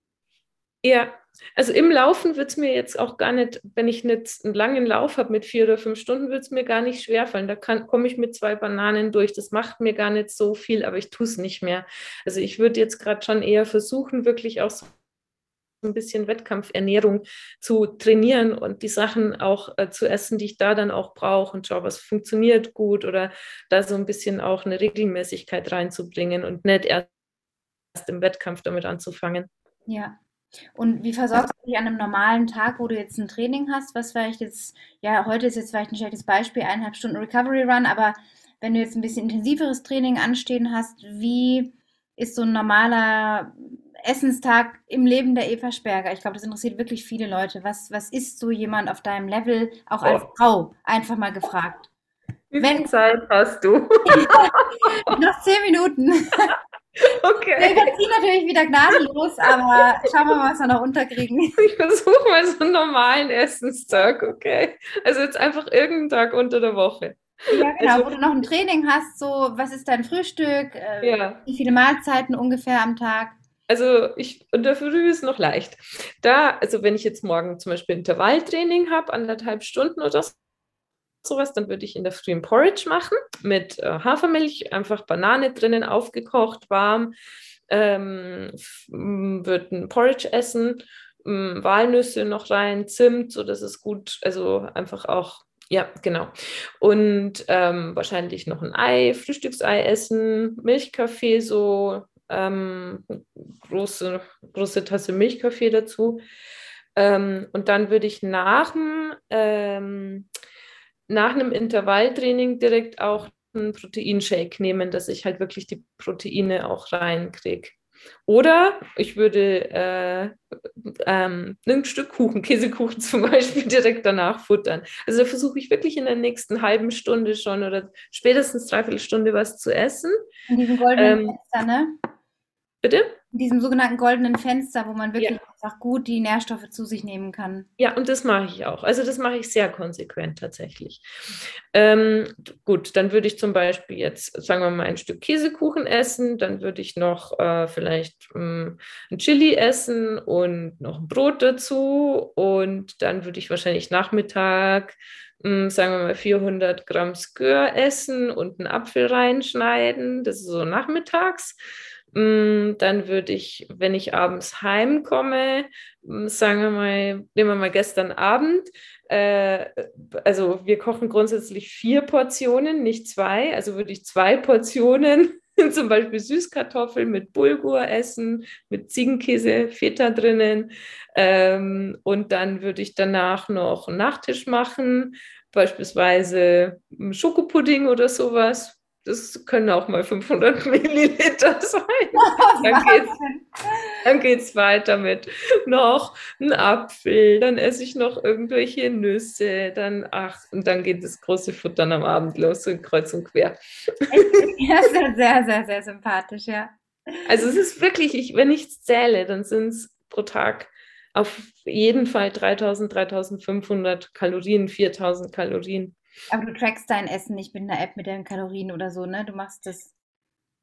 ja, also im Laufen wird es mir jetzt auch gar nicht, wenn ich nicht einen langen Lauf habe mit 4 oder 5 Stunden, wird es mir gar nicht schwerfallen. Da komme ich mit 2 Bananen durch. Das macht mir gar nicht so viel, aber ich tue es nicht mehr. Also ich würde jetzt gerade schon eher versuchen, wirklich auch so ein bisschen Wettkampfernährung zu trainieren und die Sachen auch zu essen, die ich da dann auch brauche und schaue, was funktioniert gut oder da so ein bisschen auch eine Regelmäßigkeit reinzubringen und nicht erst im Wettkampf damit anzufangen. Ja. Und wie versorgst du dich an einem normalen Tag, wo du jetzt ein Training hast, was vielleicht jetzt, ja, heute ist jetzt vielleicht ein schlechtes Beispiel, 1,5 Stunden Recovery Run, aber wenn du jetzt ein bisschen intensiveres Training anstehen hast, wie ist so ein normaler Essenstag im Leben der Eva Sperger? Ich glaube, das interessiert wirklich viele Leute. Was ist so jemand auf deinem Level, auch als Oh, Frau? Einfach mal gefragt. wie Wenn viel Zeit hast du? noch 10 Minuten. Wir Okay, überziehen natürlich wieder gnadenlos, aber schauen wir mal, was wir noch unterkriegen. ich versuche mal so einen normalen Essenstag, okay? Also jetzt einfach irgendeinen Tag unter der Woche. Ja, genau, Also wo du noch ein Training hast, so, was ist dein Frühstück? ja, Wie viele Mahlzeiten ungefähr am Tag? also in der Früh ist noch leicht. Da, also wenn ich jetzt morgen zum Beispiel Intervalltraining habe, 1,5 Stunden oder sowas, dann würde ich in der Früh ein Porridge machen mit Hafermilch, einfach Banane drinnen aufgekocht, warm, würde ein Porridge essen, Walnüsse noch rein, Zimt, so dass es gut, also einfach auch, ja, genau. Und wahrscheinlich noch ein Ei, Frühstücksei essen, Milchkaffee, so große Tasse Milchkaffee dazu. Und dann würde ich nach einem Intervalltraining direkt auch einen Proteinshake nehmen, dass ich halt wirklich die Proteine auch reinkriege. Oder ich würde ein Stück Kuchen, Käsekuchen zum Beispiel, direkt danach futtern. Also da versuche ich wirklich in der nächsten halben Stunde schon oder spätestens dreiviertel Stunde was zu essen. In diesem goldenen Ähm, Fenster, ne? bitte? In diesem sogenannten goldenen Fenster, wo man Ja. wirklich einfach gut die Nährstoffe zu sich nehmen kann. Ja, und das mache ich auch. Also das mache ich sehr konsequent tatsächlich. Gut, dann würde ich zum Beispiel jetzt, sagen wir mal, ein Stück Käsekuchen essen, dann würde ich noch vielleicht ein Chili essen und noch ein Brot dazu und dann würde ich wahrscheinlich Nachmittag, sagen wir mal, 400 Gramm Skür essen und einen Apfel reinschneiden. Das ist so nachmittags. Dann würde ich, wenn ich abends heimkomme, sagen wir mal, nehmen wir mal gestern Abend, äh, also wir kochen grundsätzlich 4 Portionen, nicht 2, also würde ich 2 Portionen, zum Beispiel Süßkartoffeln mit Bulgur essen, mit Ziegenkäse, Feta drinnen und dann würde ich danach noch einen Nachtisch machen, beispielsweise Schokopudding oder sowas. Das können auch mal 500 Milliliter sein. Dann geht's Wahnsinn. dann geht's weiter mit noch ein Apfel, dann esse ich noch irgendwelche Nüsse, dann, ach, und dann geht das große Futtern am Abend los, so kreuz und quer. Echt, ja, sehr, sehr, sehr, sehr sympathisch, ja. Also es ist wirklich, wenn ich es zähle, dann sind es pro Tag auf jeden Fall 3000, 3500 Kalorien, 4000 Kalorien. Aber du trackst dein Essen nicht mit einer App mit den Kalorien oder so, ne? Du machst das.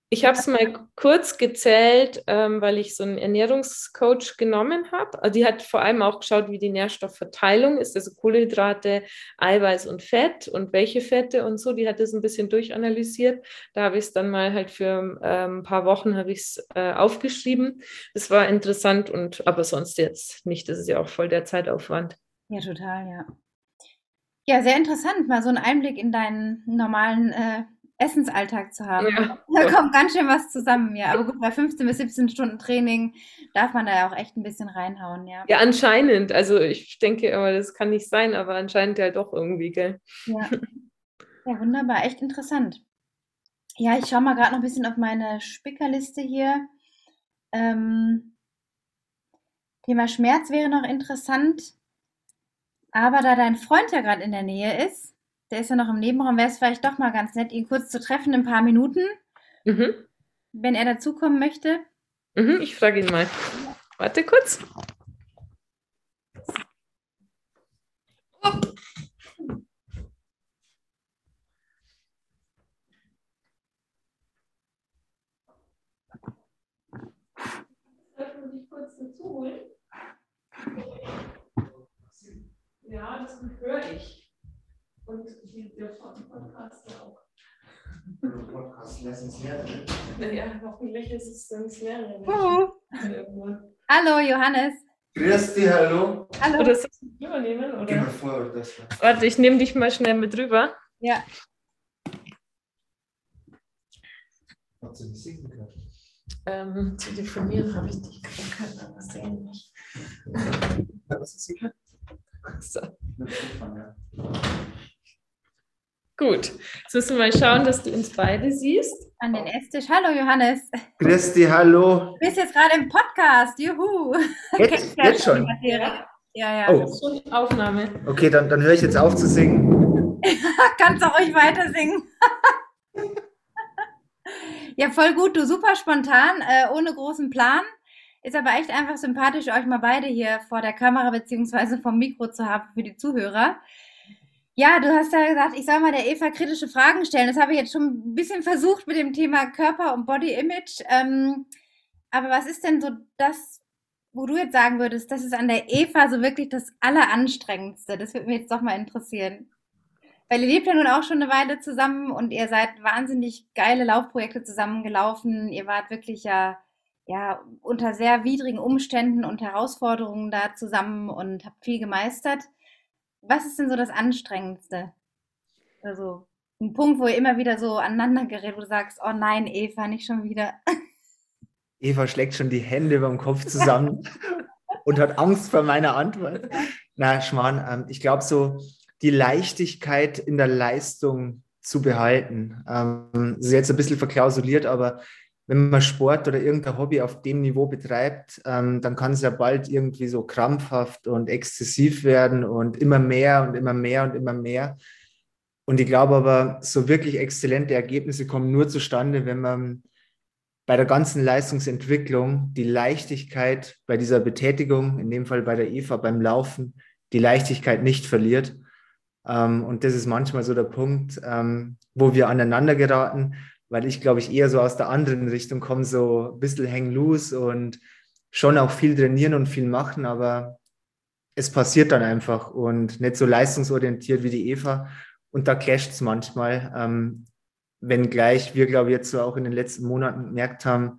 Ich habe es mal kurz gezählt, weil ich so einen Ernährungscoach genommen habe. Also die hat vor allem auch geschaut, wie die Nährstoffverteilung ist, also Kohlenhydrate, Eiweiß und Fett und welche Fette und so. Die hat das ein bisschen durchanalysiert. Da habe ich es dann mal halt für ein paar Wochen habe ich es aufgeschrieben. Das war interessant aber sonst jetzt nicht. Das ist ja auch voll der Zeitaufwand. Ja, total, ja. Ja, sehr interessant, mal so einen Einblick in deinen normalen Essensalltag zu haben. Ja, Da kommt ganz schön was zusammen, ja. Aber gut, bei 15 bis 17 Stunden Training darf man da ja auch echt ein bisschen reinhauen, ja. ja, anscheinend. Also ich denke immer, das kann nicht sein, aber anscheinend ja doch irgendwie, gell? Ja, ja, wunderbar, echt interessant. Ja, ich schaue mal gerade noch ein bisschen auf meine Spickerliste hier. Ähm, Thema Schmerz wäre noch interessant, aber da dein Freund ja gerade in der Nähe ist, der ist ja noch im Nebenraum, wäre es vielleicht doch mal ganz nett, ihn kurz zu treffen in ein paar Minuten, Mhm. wenn er dazukommen möchte. Mhm, ich frage ihn mal. Warte kurz. Darf man dich kurz dazu holen? Ja, das höre ich. Und der Podcast ja auch. Podcast Lessons lernen. Naja, hoffentlich ist es sonst mehrere Huhu. Hallo Johannes. Grüß dich, hallo. Hallo. Oder soll ich das übernehmen? Geh mal Oder? vor, oder das war. Warte, ich nehme dich mal schnell mit rüber. Ja. Hat sie nicht singen können? Telefonieren habe ich dich können, aber sehen nicht. Was ist sie? So. Mit Schiffern, ja. Gut, jetzt müssen wir mal schauen, dass du uns beide siehst. An den Esstisch. Hallo Johannes. Grüß dich, hallo. Du bist jetzt gerade im Podcast. Juhu. Jetzt, Kennst ja jetzt schon schon? die Materie. Ja, ja. Oh. Das ist schon Aufnahme. Okay, dann höre ich jetzt auf zu singen. Kannst auch ruhig weiter singen. Ja, voll gut. Du super spontan, ohne großen Plan. Ist aber echt einfach sympathisch, euch mal beide hier vor der Kamera beziehungsweise vom Mikro zu haben für die Zuhörer. Ja, du hast ja gesagt, ich soll mal der Eva kritische Fragen stellen. Das habe ich jetzt schon ein bisschen versucht mit dem Thema Körper und Body Image. Aber was ist denn so das, wo du jetzt sagen würdest, das ist an der Eva so wirklich das Alleranstrengendste? Das würde mich jetzt doch mal interessieren. Weil ihr lebt ja nun auch schon eine Weile zusammen und ihr seid wahnsinnig geile Laufprojekte zusammengelaufen. Ihr wart wirklich ja unter sehr widrigen Umständen und Herausforderungen da zusammen und habt viel gemeistert. Was ist denn so das Anstrengendste? Also ein Punkt, wo ihr immer wieder so aneinander gerät, wo du sagst, oh nein, Eva, nicht schon wieder. Eva schlägt schon die Hände beim Kopf zusammen und hat Angst vor meiner Antwort. Na, Schmarrn, ich glaube so, die Leichtigkeit in der Leistung zu behalten. Das ist jetzt ein bisschen verklausuliert, aber wenn man Sport oder irgendein Hobby auf dem Niveau betreibt, dann kann es ja bald irgendwie so krampfhaft und exzessiv werden und immer mehr und immer mehr und immer mehr. Und ich glaube aber, so wirklich exzellente Ergebnisse kommen nur zustande, wenn man bei der ganzen Leistungsentwicklung die Leichtigkeit bei dieser Betätigung, in dem Fall bei der Eva beim Laufen, die Leichtigkeit nicht verliert. Und das ist manchmal so der Punkt, wo wir aneinander geraten, weil ich, glaube ich, eher so aus der anderen Richtung komme, so ein bisschen hang loose und schon auch viel trainieren und viel machen, aber es passiert dann einfach und nicht so leistungsorientiert wie die Eva. Und da clasht es manchmal, wenngleich wir, glaube ich, jetzt so auch in den letzten Monaten gemerkt haben,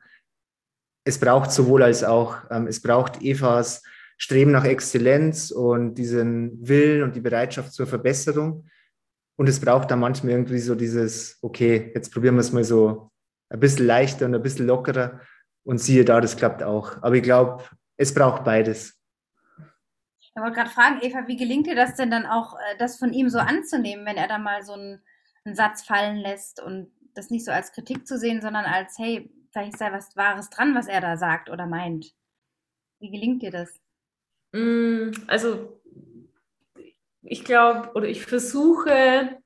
es braucht sowohl als auch. Es braucht Evas Streben nach Exzellenz und diesen Willen und die Bereitschaft zur Verbesserung. Und es braucht dann manchmal irgendwie so dieses, okay, jetzt probieren wir es mal so ein bisschen leichter und ein bisschen lockerer. Und siehe da, das klappt auch. Aber ich glaube, es braucht beides. Ich wollte gerade fragen, Eva, wie gelingt dir das denn dann auch, das von ihm so anzunehmen, wenn er da mal so einen Satz fallen lässt und das nicht so als Kritik zu sehen, sondern als, hey, vielleicht ist da was Wahres dran, was er da sagt oder meint. Wie gelingt dir das? Also ich glaube, oder ich versuche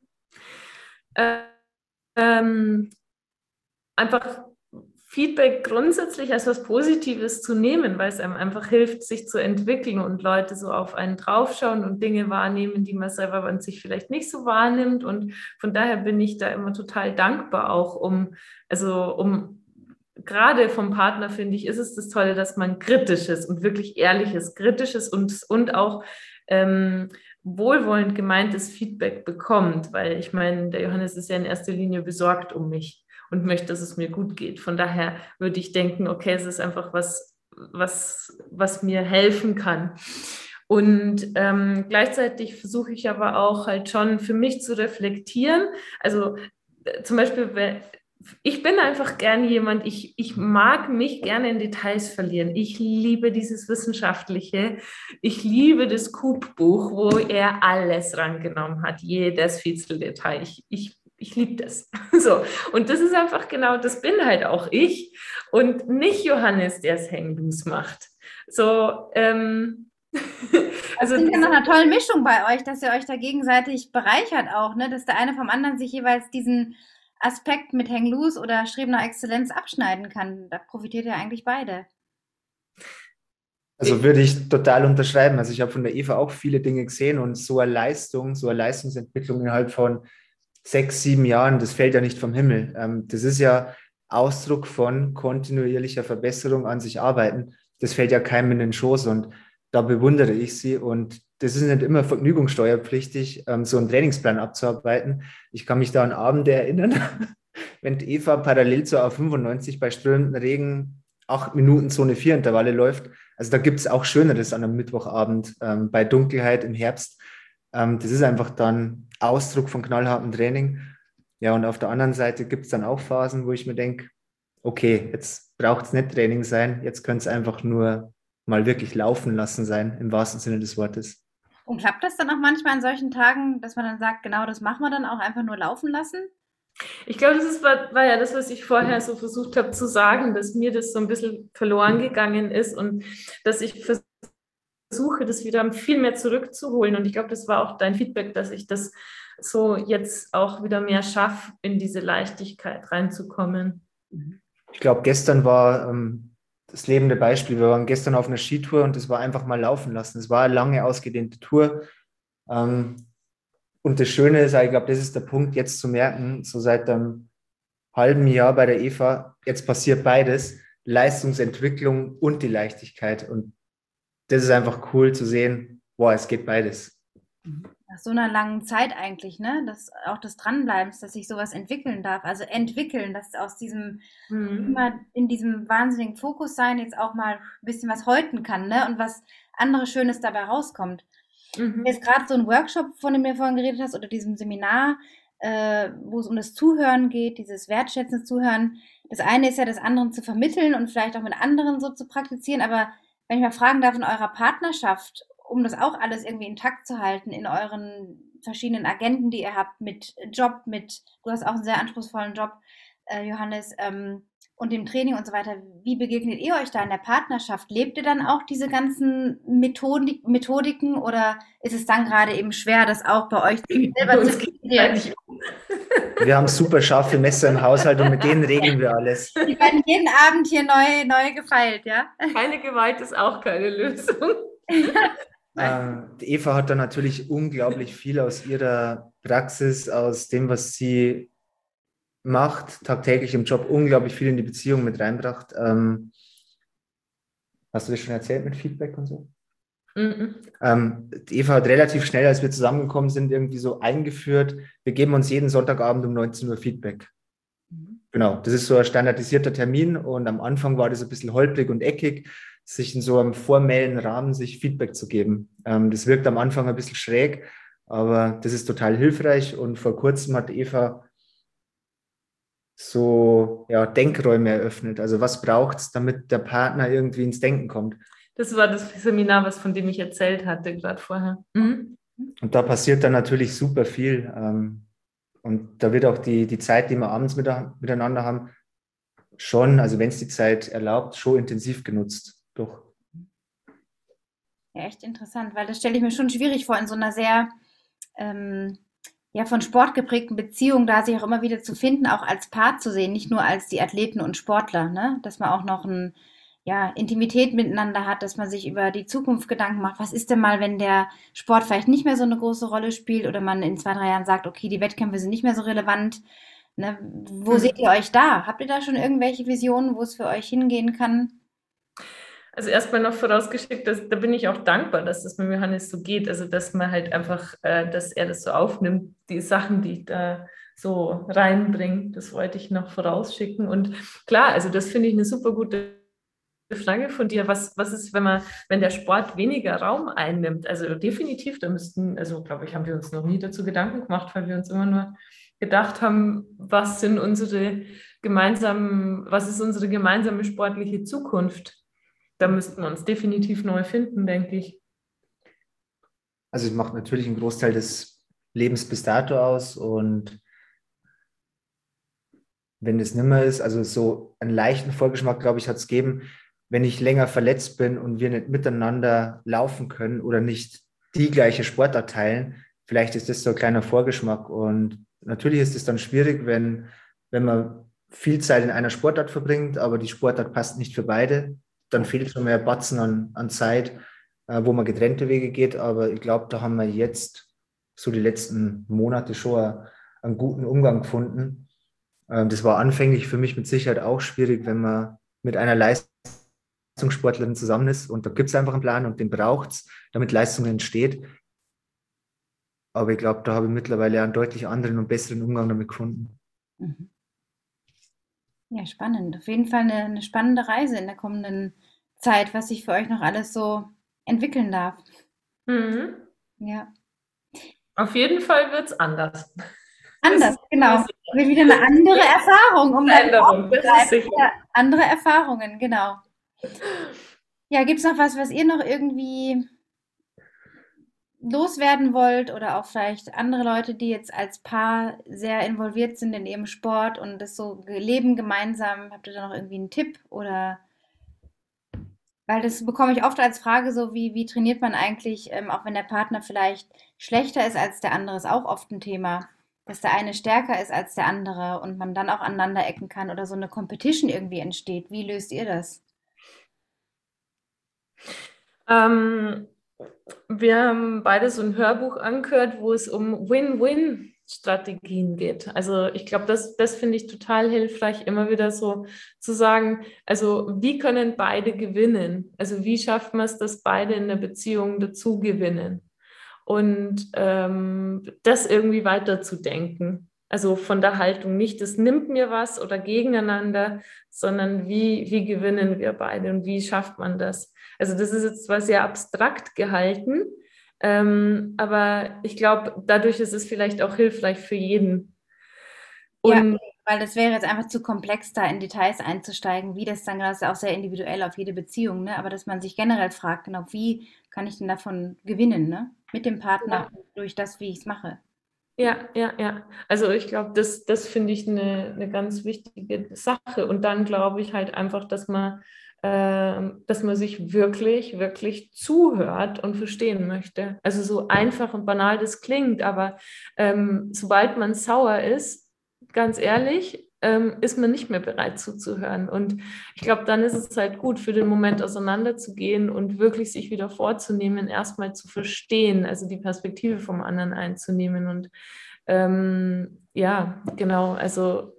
einfach Feedback grundsätzlich als was Positives zu nehmen, weil es einem einfach hilft, sich zu entwickeln und Leute so auf einen draufschauen und Dinge wahrnehmen, die man selber an sich vielleicht nicht so wahrnimmt. Und von daher bin ich da immer total dankbar auch um gerade vom Partner, finde ich, ist es das Tolle, dass man kritisches und wirklich ehrliches, kritisches und auch wohlwollend gemeintes Feedback bekommt, weil ich meine, der Johannes ist ja in erster Linie besorgt um mich und möchte, dass es mir gut geht. Von daher würde ich denken, okay, es ist einfach was mir helfen kann. Und gleichzeitig versuche ich aber auch halt schon für mich zu reflektieren. Also zum Beispiel, ich bin einfach gern jemand, ich mag mich gerne in Details verlieren. Ich liebe dieses Wissenschaftliche. Ich liebe das Coop-Buch, wo er alles rangenommen hat, jedes Fitzeldetail. Ich liebe das. So. Und das ist einfach genau, das bin halt auch ich und nicht Johannes, der es hängen loose macht. So, Also das klingt ja nach einer tollen Mischung bei euch, dass ihr euch da gegenseitig bereichert auch, ne? Dass der eine vom anderen sich jeweils diesen Aspekt mit Hang Loose oder Streben nach Exzellenz abschneiden kann. Da profitiert ja eigentlich beide. Also würde ich total unterschreiben. Also ich habe von der Eva auch viele Dinge gesehen und so eine Leistung, so eine Leistungsentwicklung innerhalb von 6, 7 Jahren, das fällt ja nicht vom Himmel. Das ist ja Ausdruck von kontinuierlicher Verbesserung, an sich arbeiten. Das fällt ja keinem in den Schoß und da bewundere ich sie und das ist nicht immer vergnügungssteuerpflichtig, so einen Trainingsplan abzuarbeiten. Ich kann mich da an Abende erinnern, wenn Eva parallel zur A95 bei strömendem Regen 8 Minuten Zone 4 Intervalle läuft. Also da gibt es auch Schöneres an einem Mittwochabend bei Dunkelheit im Herbst. Das ist einfach dann Ausdruck von knallhartem Training. Ja, und auf der anderen Seite gibt es dann auch Phasen, wo ich mir denke, okay, jetzt braucht es nicht Training sein, jetzt könnte es einfach nur mal wirklich laufen lassen sein, im wahrsten Sinne des Wortes. Und klappt das dann auch manchmal an solchen Tagen, dass man dann sagt, genau das machen wir dann auch, einfach nur laufen lassen? Ich glaube, war ja das, was ich vorher so versucht habe zu sagen, dass mir das so ein bisschen verloren gegangen ist und dass ich versuche, das wieder viel mehr zurückzuholen. Und ich glaube, das war auch dein Feedback, dass ich das so jetzt auch wieder mehr schaffe, in diese Leichtigkeit reinzukommen. Ich glaube, gestern war das lebende Beispiel. Wir waren gestern auf einer Skitour und es war einfach mal laufen lassen. Es war eine lange, ausgedehnte Tour. Und das Schöne ist, ich glaube, das ist der Punkt, jetzt zu merken, so seit einem halben Jahr bei der Eva, jetzt passiert beides, Leistungsentwicklung und die Leichtigkeit. Und das ist einfach cool zu sehen, boah, es geht beides. Nach so einer langen Zeit eigentlich, ne? Das, auch des Dranbleibens, dass sich sowas entwickeln darf. Also entwickeln, dass aus diesem immer in diesem wahnsinnigen Fokus sein jetzt auch mal ein bisschen was häuten kann, ne? Und was anderes Schönes dabei rauskommt. Jetzt gerade so ein Workshop, von dem du vorhin geredet hast, oder diesem Seminar, wo es um das Zuhören geht, dieses wertschätzende Zuhören. Das eine ist ja, das anderen zu vermitteln und vielleicht auch mit anderen so zu praktizieren. Aber wenn ich mal fragen darf, in eurer Partnerschaft, um das auch alles irgendwie intakt zu halten, in euren verschiedenen Agenten, die ihr habt, mit Job, du hast auch einen sehr anspruchsvollen Job, Johannes, und dem Training und so weiter, wie begegnet ihr euch da in der Partnerschaft? Lebt ihr dann auch diese ganzen Methodiken oder ist es dann gerade eben schwer, das auch bei euch selber zu integrieren? Wir haben super scharfe Messer im Haushalt und mit denen regeln wir alles. Die werden jeden Abend hier neu gefeilt, ja? Keine Gewalt ist auch keine Lösung. Die Eva hat da natürlich unglaublich viel aus ihrer Praxis, aus dem, was sie macht, tagtäglich im Job, unglaublich viel in die Beziehung mit reinbracht. Hast du das schon erzählt mit Feedback und so? Die Eva hat relativ schnell, als wir zusammengekommen sind, irgendwie so eingeführt, wir geben uns jeden Sonntagabend um 19 Uhr Feedback. Genau, das ist so ein standardisierter Termin und am Anfang war das ein bisschen holprig und eckig, sich in so einem formellen Rahmen sich Feedback zu geben. Das wirkt am Anfang ein bisschen schräg, aber das ist total hilfreich und vor kurzem hat Eva so Denkräume eröffnet. Also was braucht es, damit der Partner irgendwie ins Denken kommt? Das war das Seminar, von dem ich erzählt hatte, gerade vorher. Und da passiert dann natürlich super viel. Und da wird auch die Zeit, die wir abends miteinander haben, schon, also wenn es die Zeit erlaubt, schon intensiv genutzt. Doch. Ja, echt interessant, weil das stelle ich mir schon schwierig vor, in so einer sehr von Sport geprägten Beziehung, da sich auch immer wieder zu finden, auch als Paar zu sehen, nicht nur als die Athleten und Sportler, ne? Dass man auch noch Intimität miteinander hat, dass man sich über die Zukunft Gedanken macht. Was ist denn mal, wenn der Sport vielleicht nicht mehr so eine große Rolle spielt oder man in 2, 3 Jahren sagt, okay, die Wettkämpfe sind nicht mehr so relevant, Ne? Wo seht ihr euch da? Habt ihr da schon irgendwelche Visionen, wo es für euch hingehen kann? Also erstmal noch vorausgeschickt, da bin ich auch dankbar, dass das mit Johannes so geht. Also dass man halt einfach, dass er das so aufnimmt, die Sachen, die ich da so reinbringe, das wollte ich noch vorausschicken. Und klar, also das finde ich eine super gute Frage von dir. Was ist, wenn der Sport weniger Raum einnimmt? Also definitiv, da also glaube ich, haben wir uns noch nie dazu Gedanken gemacht, weil wir uns immer nur gedacht haben, was ist unsere gemeinsame sportliche Zukunft? Da müssten wir uns definitiv neu finden, denke ich. Also es macht natürlich einen Großteil des Lebens bis dato aus und wenn das nimmer ist, also so einen leichten Vorgeschmack, glaube ich, hat es gegeben, wenn ich länger verletzt bin und wir nicht miteinander laufen können oder nicht die gleiche Sportart teilen, vielleicht ist das so ein kleiner Vorgeschmack. Und natürlich ist es dann schwierig, wenn man viel Zeit in einer Sportart verbringt, aber die Sportart passt nicht für beide. Dann fehlt schon mehr Batzen an Zeit, wo man getrennte Wege geht. Aber ich glaube, da haben wir jetzt so die letzten Monate schon einen guten Umgang gefunden. Das war anfänglich für mich mit Sicherheit auch schwierig, wenn man mit einer Leistungssportlerin zusammen ist und da gibt es einfach einen Plan und den braucht es, damit Leistung entsteht. Aber ich glaube, da habe ich mittlerweile einen deutlich anderen und besseren Umgang damit gefunden. Mhm. Ja, spannend. Auf jeden Fall eine spannende Reise in der kommenden Zeit, was sich für euch noch alles so entwickeln darf. Mhm. Ja. Auf jeden Fall wird es anders. Anders, genau. Wird wieder eine andere Erfahrung, um Veränderung, das ist sicher. Andere Erfahrungen, genau. Ja, gibt es noch was ihr noch irgendwie loswerden wollt oder auch vielleicht andere Leute, die jetzt als Paar sehr involviert sind in ihrem Sport und das so leben gemeinsam? Habt ihr da noch irgendwie einen Tipp oder? Weil das bekomme ich oft als Frage so, wie trainiert man eigentlich, auch wenn der Partner vielleicht schlechter ist als der andere, ist auch oft ein Thema, dass der eine stärker ist als der andere und man dann auch aneinander ecken kann oder so eine Competition irgendwie entsteht. Wie löst ihr das? Wir haben beide so ein Hörbuch angehört, wo es um Win-Win-Strategien geht. Also ich glaube, das finde ich total hilfreich, immer wieder so zu sagen, also wie können beide gewinnen? Also wie schafft man es, dass beide in der Beziehung dazu gewinnen? Und das irgendwie weiterzudenken. Also von der Haltung nicht, das nimmt mir was oder gegeneinander, sondern wie gewinnen wir beide und wie schafft man das? Also das ist jetzt zwar sehr abstrakt gehalten, aber ich glaube, dadurch ist es vielleicht auch hilfreich für jeden. Und Ja, weil das wäre jetzt einfach zu komplex, da in Details einzusteigen, wie das dann genau ist ja auch sehr individuell auf jede Beziehung, ne? Aber dass man sich generell fragt, genau, wie kann ich denn davon gewinnen, ne? Mit dem Partner durch das, wie ich es mache. ja. Also ich glaube, das finde ich eine ganz wichtige Sache. Und dann glaube ich halt einfach, dass man sich wirklich, wirklich zuhört und verstehen möchte. Also so einfach und banal das klingt, aber sobald man sauer ist, ganz ehrlich, ist man nicht mehr bereit zuzuhören. Und ich glaube, dann ist es halt gut, für den Moment auseinanderzugehen und wirklich sich wieder vorzunehmen, erstmal zu verstehen, also die Perspektive vom anderen einzunehmen. Und ja, genau, also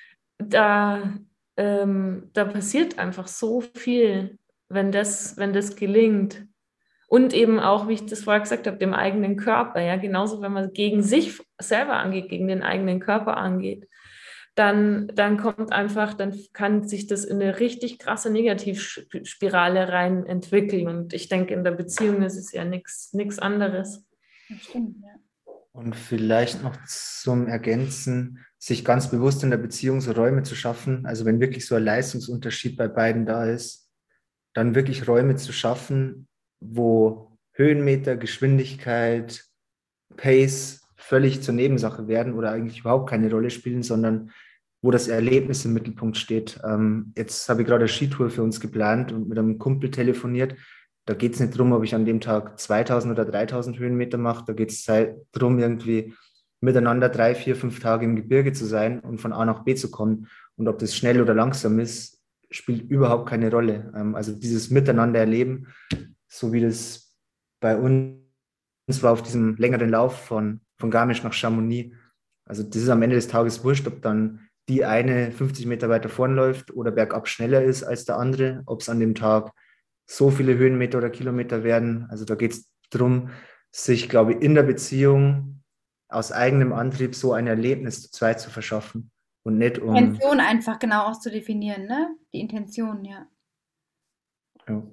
da passiert einfach so viel, wenn das gelingt. Und eben auch, wie ich das vorher gesagt habe, dem eigenen Körper. Ja, genauso, wenn man gegen sich selber angeht, gegen den eigenen Körper angeht, dann kommt einfach, dann kann sich das in eine richtig krasse Negativspirale rein entwickeln. Und ich denke, in der Beziehung ist es ja nichts anderes. Das stimmt, ja. Und vielleicht noch zum Ergänzen, sich ganz bewusst in der Beziehung so Räume zu schaffen, also wenn wirklich so ein Leistungsunterschied bei beiden da ist, dann wirklich Räume zu schaffen, wo Höhenmeter, Geschwindigkeit, Pace völlig zur Nebensache werden oder eigentlich überhaupt keine Rolle spielen, sondern wo das Erlebnis im Mittelpunkt steht. Jetzt habe ich gerade eine Skitour für uns geplant und mit einem Kumpel telefoniert. Da geht es nicht darum, ob ich an dem Tag 2000 oder 3000 Höhenmeter mache. Da geht es darum, irgendwie miteinander 3, 4, 5 Tage im Gebirge zu sein und von A nach B zu kommen. Und ob das schnell oder langsam ist, spielt überhaupt keine Rolle. Also dieses Miteinander erleben, so wie das bei uns war auf diesem längeren Lauf von Garmisch nach Chamonix, Also das ist am Ende des Tages wurscht, ob dann die eine 50 Meter weiter vorn läuft oder bergab schneller ist als der andere, ob es an dem Tag so viele Höhenmeter oder Kilometer werden. Also da geht es darum, sich, glaube ich, in der Beziehung aus eigenem Antrieb so ein Erlebnis zu zweit zu verschaffen und nicht um... Intention einfach genau auszudefinieren, ne? Die Intention, ja. Ja.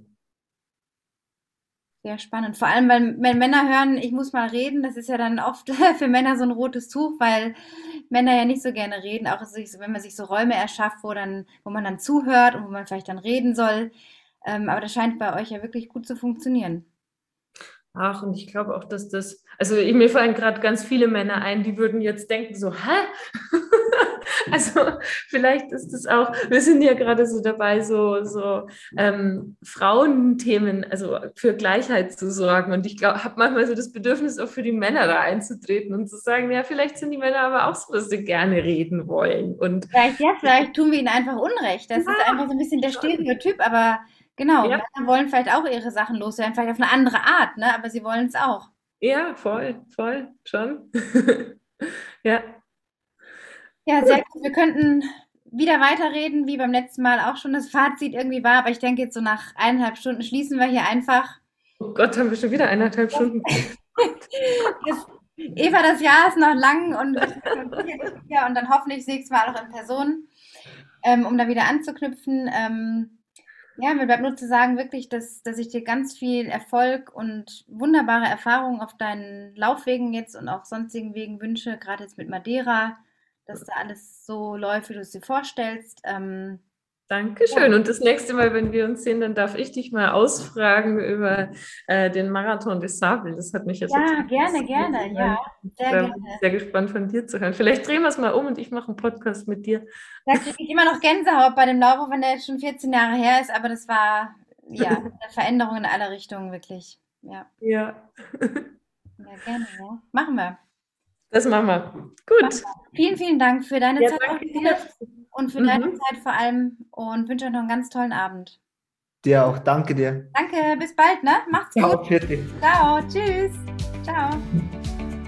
Sehr spannend. Vor allem, wenn Männer hören, ich muss mal reden, das ist ja dann oft für Männer so ein rotes Tuch, weil Männer ja nicht so gerne reden, auch wenn man sich so Räume erschafft, wo man dann zuhört und wo man vielleicht dann reden soll. Aber das scheint bei euch ja wirklich gut zu funktionieren. Ach, und ich glaube auch, dass das, also mir fallen gerade ganz viele Männer ein, die würden jetzt denken so, hä? Also vielleicht ist das auch, wir sind ja gerade so dabei, so Frauenthemen, also für Gleichheit zu sorgen. Und ich glaube, habe manchmal so das Bedürfnis, auch für die Männer da einzutreten und zu sagen, ja, vielleicht sind die Männer aber auch so, dass sie gerne reden wollen. Und vielleicht tun wir ihnen einfach Unrecht. Das ist einfach so ein bisschen der Stereotyp, aber genau, ja. Männer wollen vielleicht auch ihre Sachen loswerden, vielleicht auf eine andere Art, ne? Aber sie wollen es auch. Ja, voll, schon. Ja. Ja, sehr gut. Wir könnten wieder weiterreden, wie beim letzten Mal auch schon das Fazit irgendwie war, aber ich denke, jetzt so nach 1,5 Stunden schließen wir hier einfach. Oh Gott, haben wir schon wieder 1,5 Stunden. Eva, das Jahr ist noch lang und dann hoffentlich nächstes Mal auch in Person, um da wieder anzuknüpfen. Ja, mir bleibt nur zu sagen, wirklich, dass ich dir ganz viel Erfolg und wunderbare Erfahrungen auf deinen Laufwegen jetzt und auch sonstigen Wegen wünsche, gerade jetzt mit Madeira, dass da alles so läuft, wie du es dir vorstellst. Dankeschön. Und das nächste Mal, wenn wir uns sehen, dann darf ich dich mal ausfragen über den Marathon des Sables. Das hat mich jetzt Ja, gerne, ja. Sehr bin gerne. sehr gespannt von dir zu hören. Vielleicht drehen wir es mal um und ich mache einen Podcast mit dir. Da kriege ich immer noch Gänsehaut bei dem Lauf, auch wenn der jetzt schon 14 Jahre her ist, aber das war ja eine Veränderung in alle Richtungen, wirklich. Ja, Ja, ja, gerne, ja. Machen wir. das machen wir. Gut. Vielen, vielen Dank für deine Ja, Zeit danke dir. und für deine Zeit vor allem und wünsche euch noch einen ganz tollen Abend. Dir auch, danke dir. Danke, bis bald, ne? Macht's Ciao, gut. Pfiat dich. Ciao, tschüss. Ciao.